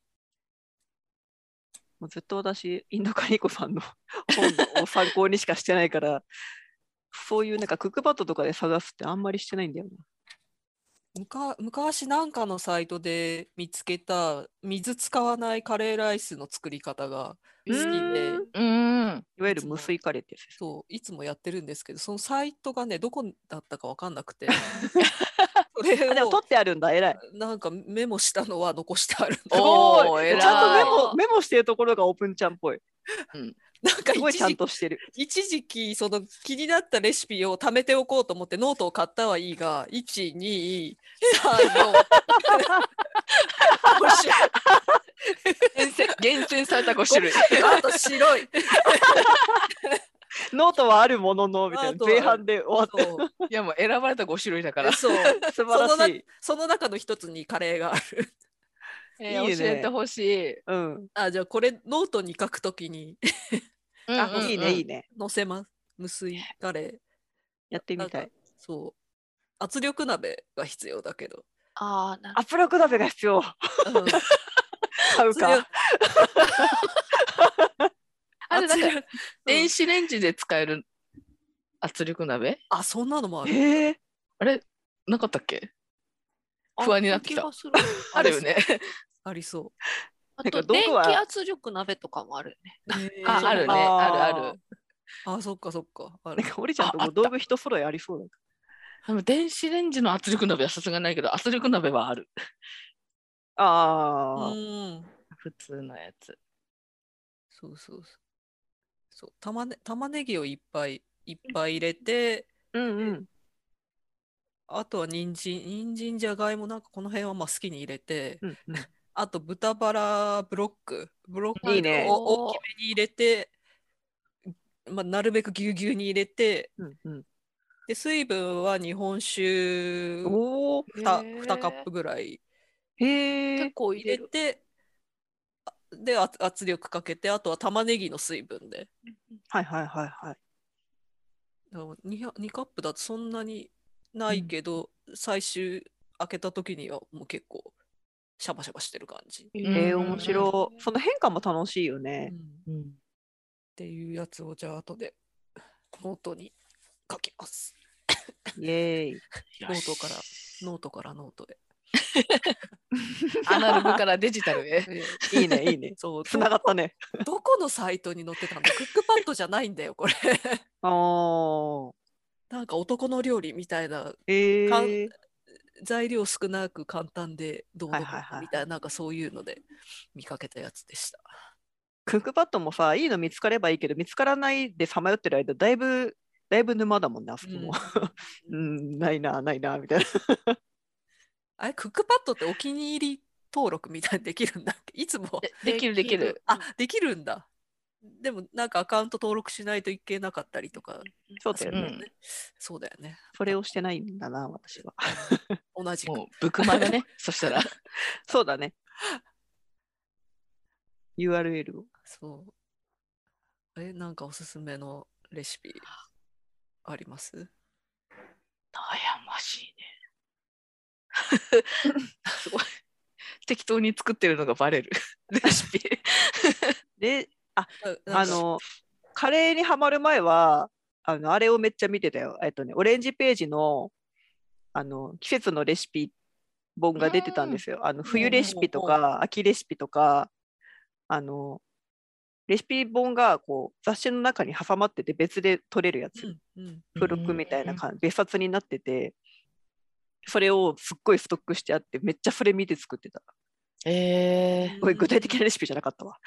もうずっと私、インドカリコさんの本を参考にしかしてないから、そういうなんかクックパッドとかで探すってあんまりしてないんだよな。 昔なんかのサイトで見つけた水使わないカレーライスの作り方が好きで、 いわゆる無水カレーってやつです。 そういつもやってるんですけど、そのサイトがねどこだったか分かんなくてそれでもを取ってあるんだ、偉い。 なんかメモしたのは残してあるんだ。 すごい。 偉いちゃんとメモしてるところがオープンちゃんっぽい。 なんかすごいちゃんとしてる。 一時期その気になったレシピを貯めておこうと思ってノートを買ったはいいが、1、2、3、4 厳選された5種類。 あと白い。 ノートはあるもののみたいな前半で終わっそういやもう選ばれた5種類だから。 そうた。素晴らしい。 その中の一つにカレーがある。 いいね教えてほしい。 うん。 あ、じゃあこれノートに書くときにあ、いいね、いいね。 載せます。無水カレー。 やってみたいなんか。そう。圧力鍋が必要だけど。 ああ、なる圧力鍋が必要。 うん買うか。 あれなんか圧力電子レンジで使える圧力鍋？ あ、そんなのもある。 あれなかったっけ？ ほど。 不安になってきた気がする。 あるよね。 ありそあなんかと電道具は気圧力鍋とかもあるよね。 う。 あるね。 あーあるある。 あ、そっかそっか。あるなんか、おりちゃんとも道具一揃いありそうだ。 でも電子レンジの圧力鍋はさすがないけど、圧力鍋はある。 ああ。 うん。 普通のやつ。 そうそうそう。 そう玉ねぎをいっぱい入れて、 うんうん。 あとは人参、じゃがいも、なんかこの辺はまあ好きに入れて、 うんうん。 あと豚バラブロックいいねを大きめに入れて、まあ、なるべくぎゅうぎゅうに入れて、 うんうん。 で水分は日本酒おお。 2カップぐらいへえ。 結構入入れる。 れて、で圧力かけて、あとは玉ねぎの水分で。 はいはいはいはい。 だから 2カップだとそんなにないけど、最終開けた時にはもう結構シャバシャバしてる感じ。 面白い。その変化も楽しいよね。 っていうやつをじゃあ後でノートに書きます。 イエーイ。 ノートからノートへ。 アナログからデジタルへ。 いいねいいね。 そう、 つながったね。 どこのサイトに載ってたんだ。クックパッドじゃないんだよこれ。 ああ。 なんか男の料理みたいな、かん材料少なく簡単でどうのこうのみたいな、なんかそういうので見かけたやつでした。 クックパッドもさ、いいの見つかればいいけど、見つからないでさまよってる間、だいぶ沼だもんね、あそこも。ないな、ないな、みたいな。 あれ、クックパッドってお気に入り登録みたいにできるんだっけ？いつも。 できる。 あ、できるんだ。でもなんかアカウント登録しないといけなかったりとか。 そうだよね。 そうだよね。 それをしてないんだな、私は。 同じく。 もうブクマだね。そしたら。 そうだね。URL を。 そう。なんかおすすめのレシピあります？ 悩ましいね。すごい。適当に作ってるのがバレる。レシピ。 で、カレーにハマる前は、あれをめっちゃ見てたよ。オレンジページの、季節のレシピ本が出てたんですよ。冬レシピとか、秋レシピとか、レシピ本がこう雑誌の中に挟まってて別で取れるやつ、付録みたいな感じ、別冊になってて、それをすっごいストックしてあって、めっちゃそれ見て作ってた。具体的なレシピじゃなかったわ。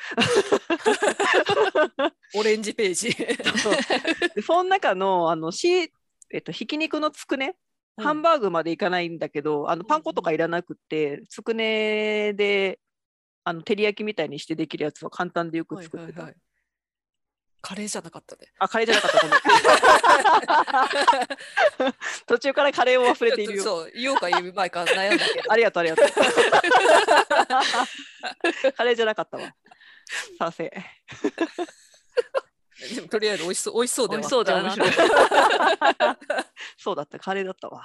オレンジページ。 その中のひき肉のつくね、ハンバーグまでいかないんだけど、パン粉とかいらなくて、つくねで照り焼きみたいにしてできるやつは簡単でよく作ってた。 カレーじゃなかったね。 あ、カレーじゃなかった。ごめん。途中からカレーを忘れているよ。 そう、言おうか言う前か悩んだけど。 ありがとう。カレーじゃなかったわ。賛成。 でもとりあえず美味しそうでは。 美味しそうだな。 そうだった、カレーだったわ。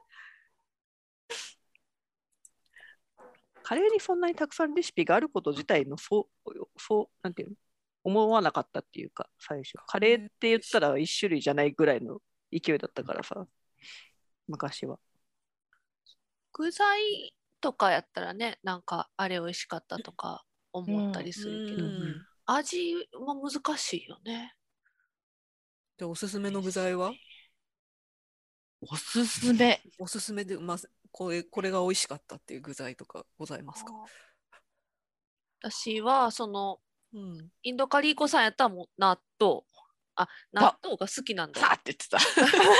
カレーにそんなにたくさんレシピがあること自体のなんていうの、思わなかったっていうか、最初。カレーって言ったら一種類じゃないぐらいの勢いだったからさ、昔は。 具材とかやったらね、なんかあれ美味しかったとか思ったりするけど、味も難しいよね。 で、おすすめの具材は？ おすすめで、これが美味しかったっていう具材とかございますか？ 私はインドカリーコさんやったらもう納豆が好きなんだよ。 さあって言ってた。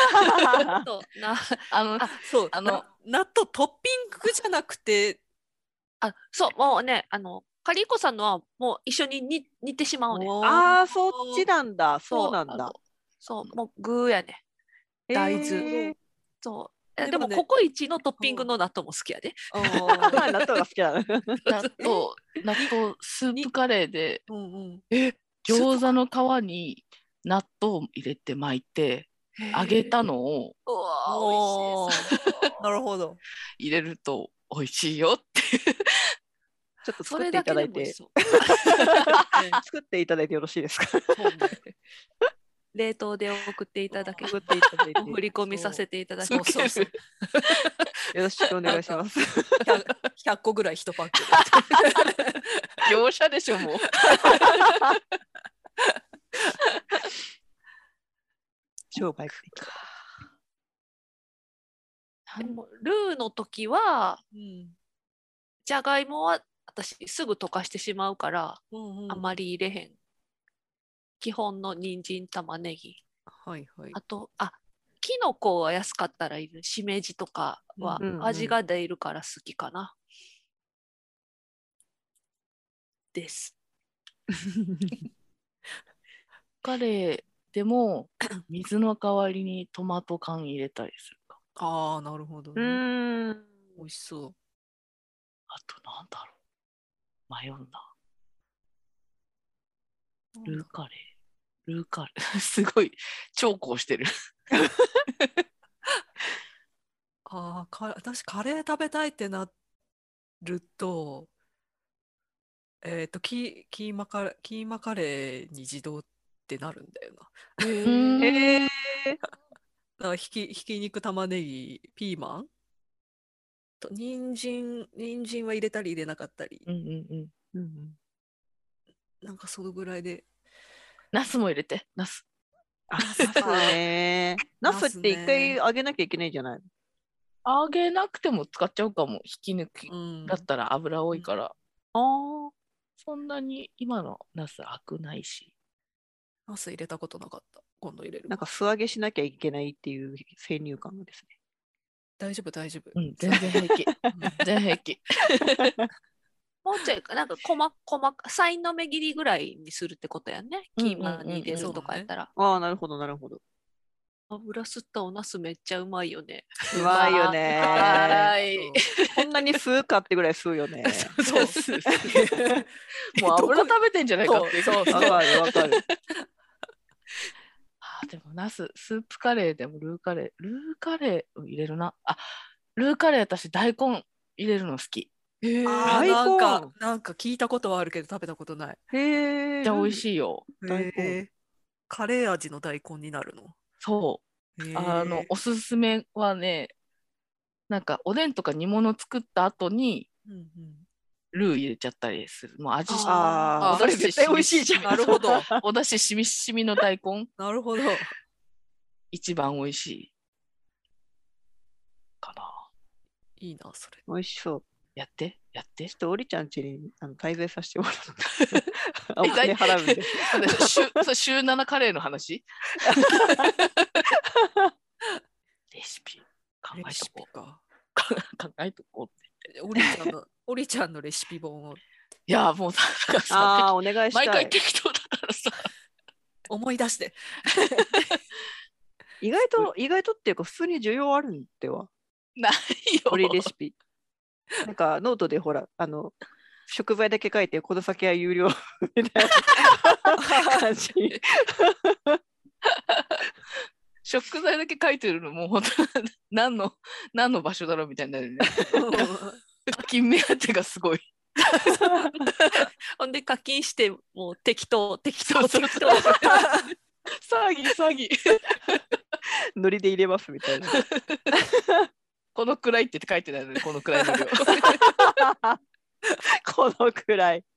そう納豆トッピングじゃなくて、 そうもうねカリーコさんのはもう一緒に煮てしまうね。 ああ、そっちなんだ。そうなんだ。 そうもう具やね。大豆。そう。でもココイチのトッピングの納豆も好きやで。 納豆が好きなの。 納豆スープカレーで、餃子の皮に納豆を入れて巻いて揚げたのを美味しい。 なるほど。 入れると美味しいよってちょっと作っていただいて。作っていただいてよろしいですか？ 冷凍で送っていただける。 送っていただいて。 振り込みさせていただきます。 よろしくお願いします。 100個ぐらい1パックで。業者でしょ、もう。 商売でもルーの時は、じゃがいもは私すぐ溶かしてしまうから、あまり入れへん基本の人参、玉ねぎ。 はいはい。 あと、きのこは安かったらいる。しめじとかはうんうん味が出るから好きかな。です。 カレーでも水の代わりにトマト缶入れたりするか。 ああ、なるほどうね。 ーん。 美味しそう。 あとなんだろう。迷うな。ルーカレー。ルーカレー。すごい、長考してる。 私カレー食べたいってなると、キーマカレーに自動ってなるんだよな。 へえ。 だからひき肉、玉ねぎ、ピーマンと人参は入れたり入れなかったり、 うんうんうん。 なんかそのぐらいで。 ナスも入れて、ナス。 ナスね。ナスって一回揚げなきゃいけないじゃない。 揚げなくても使っちゃうかも。ひき抜きうん。 だったら油多いから。 ああ。 そんなに今のナスアクないし。 ナス入れたことなかった。今度入れる。 なんか素揚げしなきゃいけないっていう先入観ですね。 大丈夫、大丈夫。 うん、全然平気。全然平気。 もうちょい、なんか細か、さいの目切りぐらいにするってことやね。キーマンに入れるとかやったら。 ああ、なるほど、なるほど。 油吸ったおナスめっちゃうまいよね。 うまいよね。 はい。 こんなに吸うかってぐらい吸うよね。 そうそう。もう油食べてんじゃないかっていう。そうそう。 わかる、わかる。 でもナス、スープカレーでもルーカレーを入れるな。ルーカレー私大根入れるの好き。 大根なんか聞いたことはあるけど食べたことない。 へえ。 じゃあ美味しいよ。 大根。 カレー味の大根になるの？ そう。おすすめはね、なんかおでんとか煮物作った後に、ルー入れちゃったりする。もう味しああ、それ絶対美味しいじゃん。 なるほど。 おだししみしみの大根。 なるほど。 一番美味しい。かな。 いいな、それ。 美味しそう。 やって。 ちょっとおりちゃん家に滞在させてもらう。お金払うんで。 週7カレーの話レシピ考えとこう。考えとこうって。 おりちゃんのレシピ本を。 いや、もうさ、 お願いしたい。 毎回適当だからさ。 思い出して。 意外とっていうか、普通に需要あるんでは。 ないよ。 おりレシピ。なんかノートでほら、食材だけ書いて、この酒は有料みたいな感じ。 食材だけ書いてるのもう本当何の場所だろうみたいになるね。課金目当てがすごい。 ほんで課金してもう適当。 詐欺。 ノリで入れますみたいな。 このくらいって書いてないので、このくらいの量。 このくらい。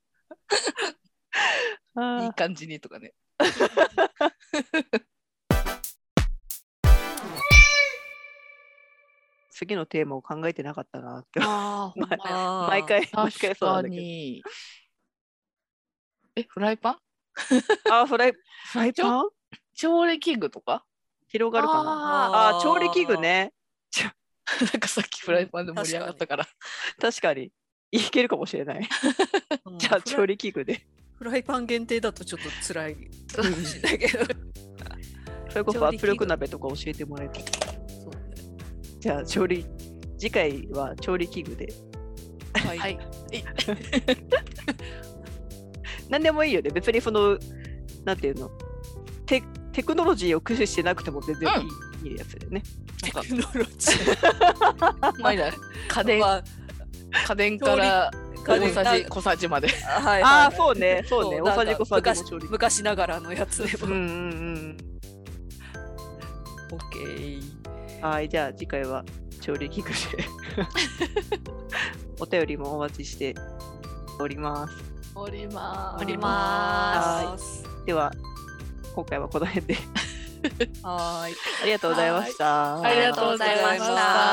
いい感じにとかね。 次のテーマを考えてなかったなって。 毎回そうなんだけど。フライパン？ フライパン？ 調理器具とか？ 広がるかな。調理器具ね。 なんかさっきフライパンで盛り上がったから。 確かに。いけるかもしれない。じゃあ調理器具で。 フライパン限定だとちょっと辛いかもしれないけど。 それこそ圧力鍋とか教えてもらえたら。じゃあ次回は調理器具で。 はい。 何でもいいよね。別になんていうの、テクノロジーを駆使してなくても全然いいやつだよね。 テクノロジー。 家電から小さじまで。 そうね。大さじ小さじの調理。 昔ながらのやつでも。 オッケー。はい、じゃあ次回は調理器具でお便りもお待ちしております。 はい。 では今回はこの辺で。 はい。 ありがとうございました。 ありがとうございました。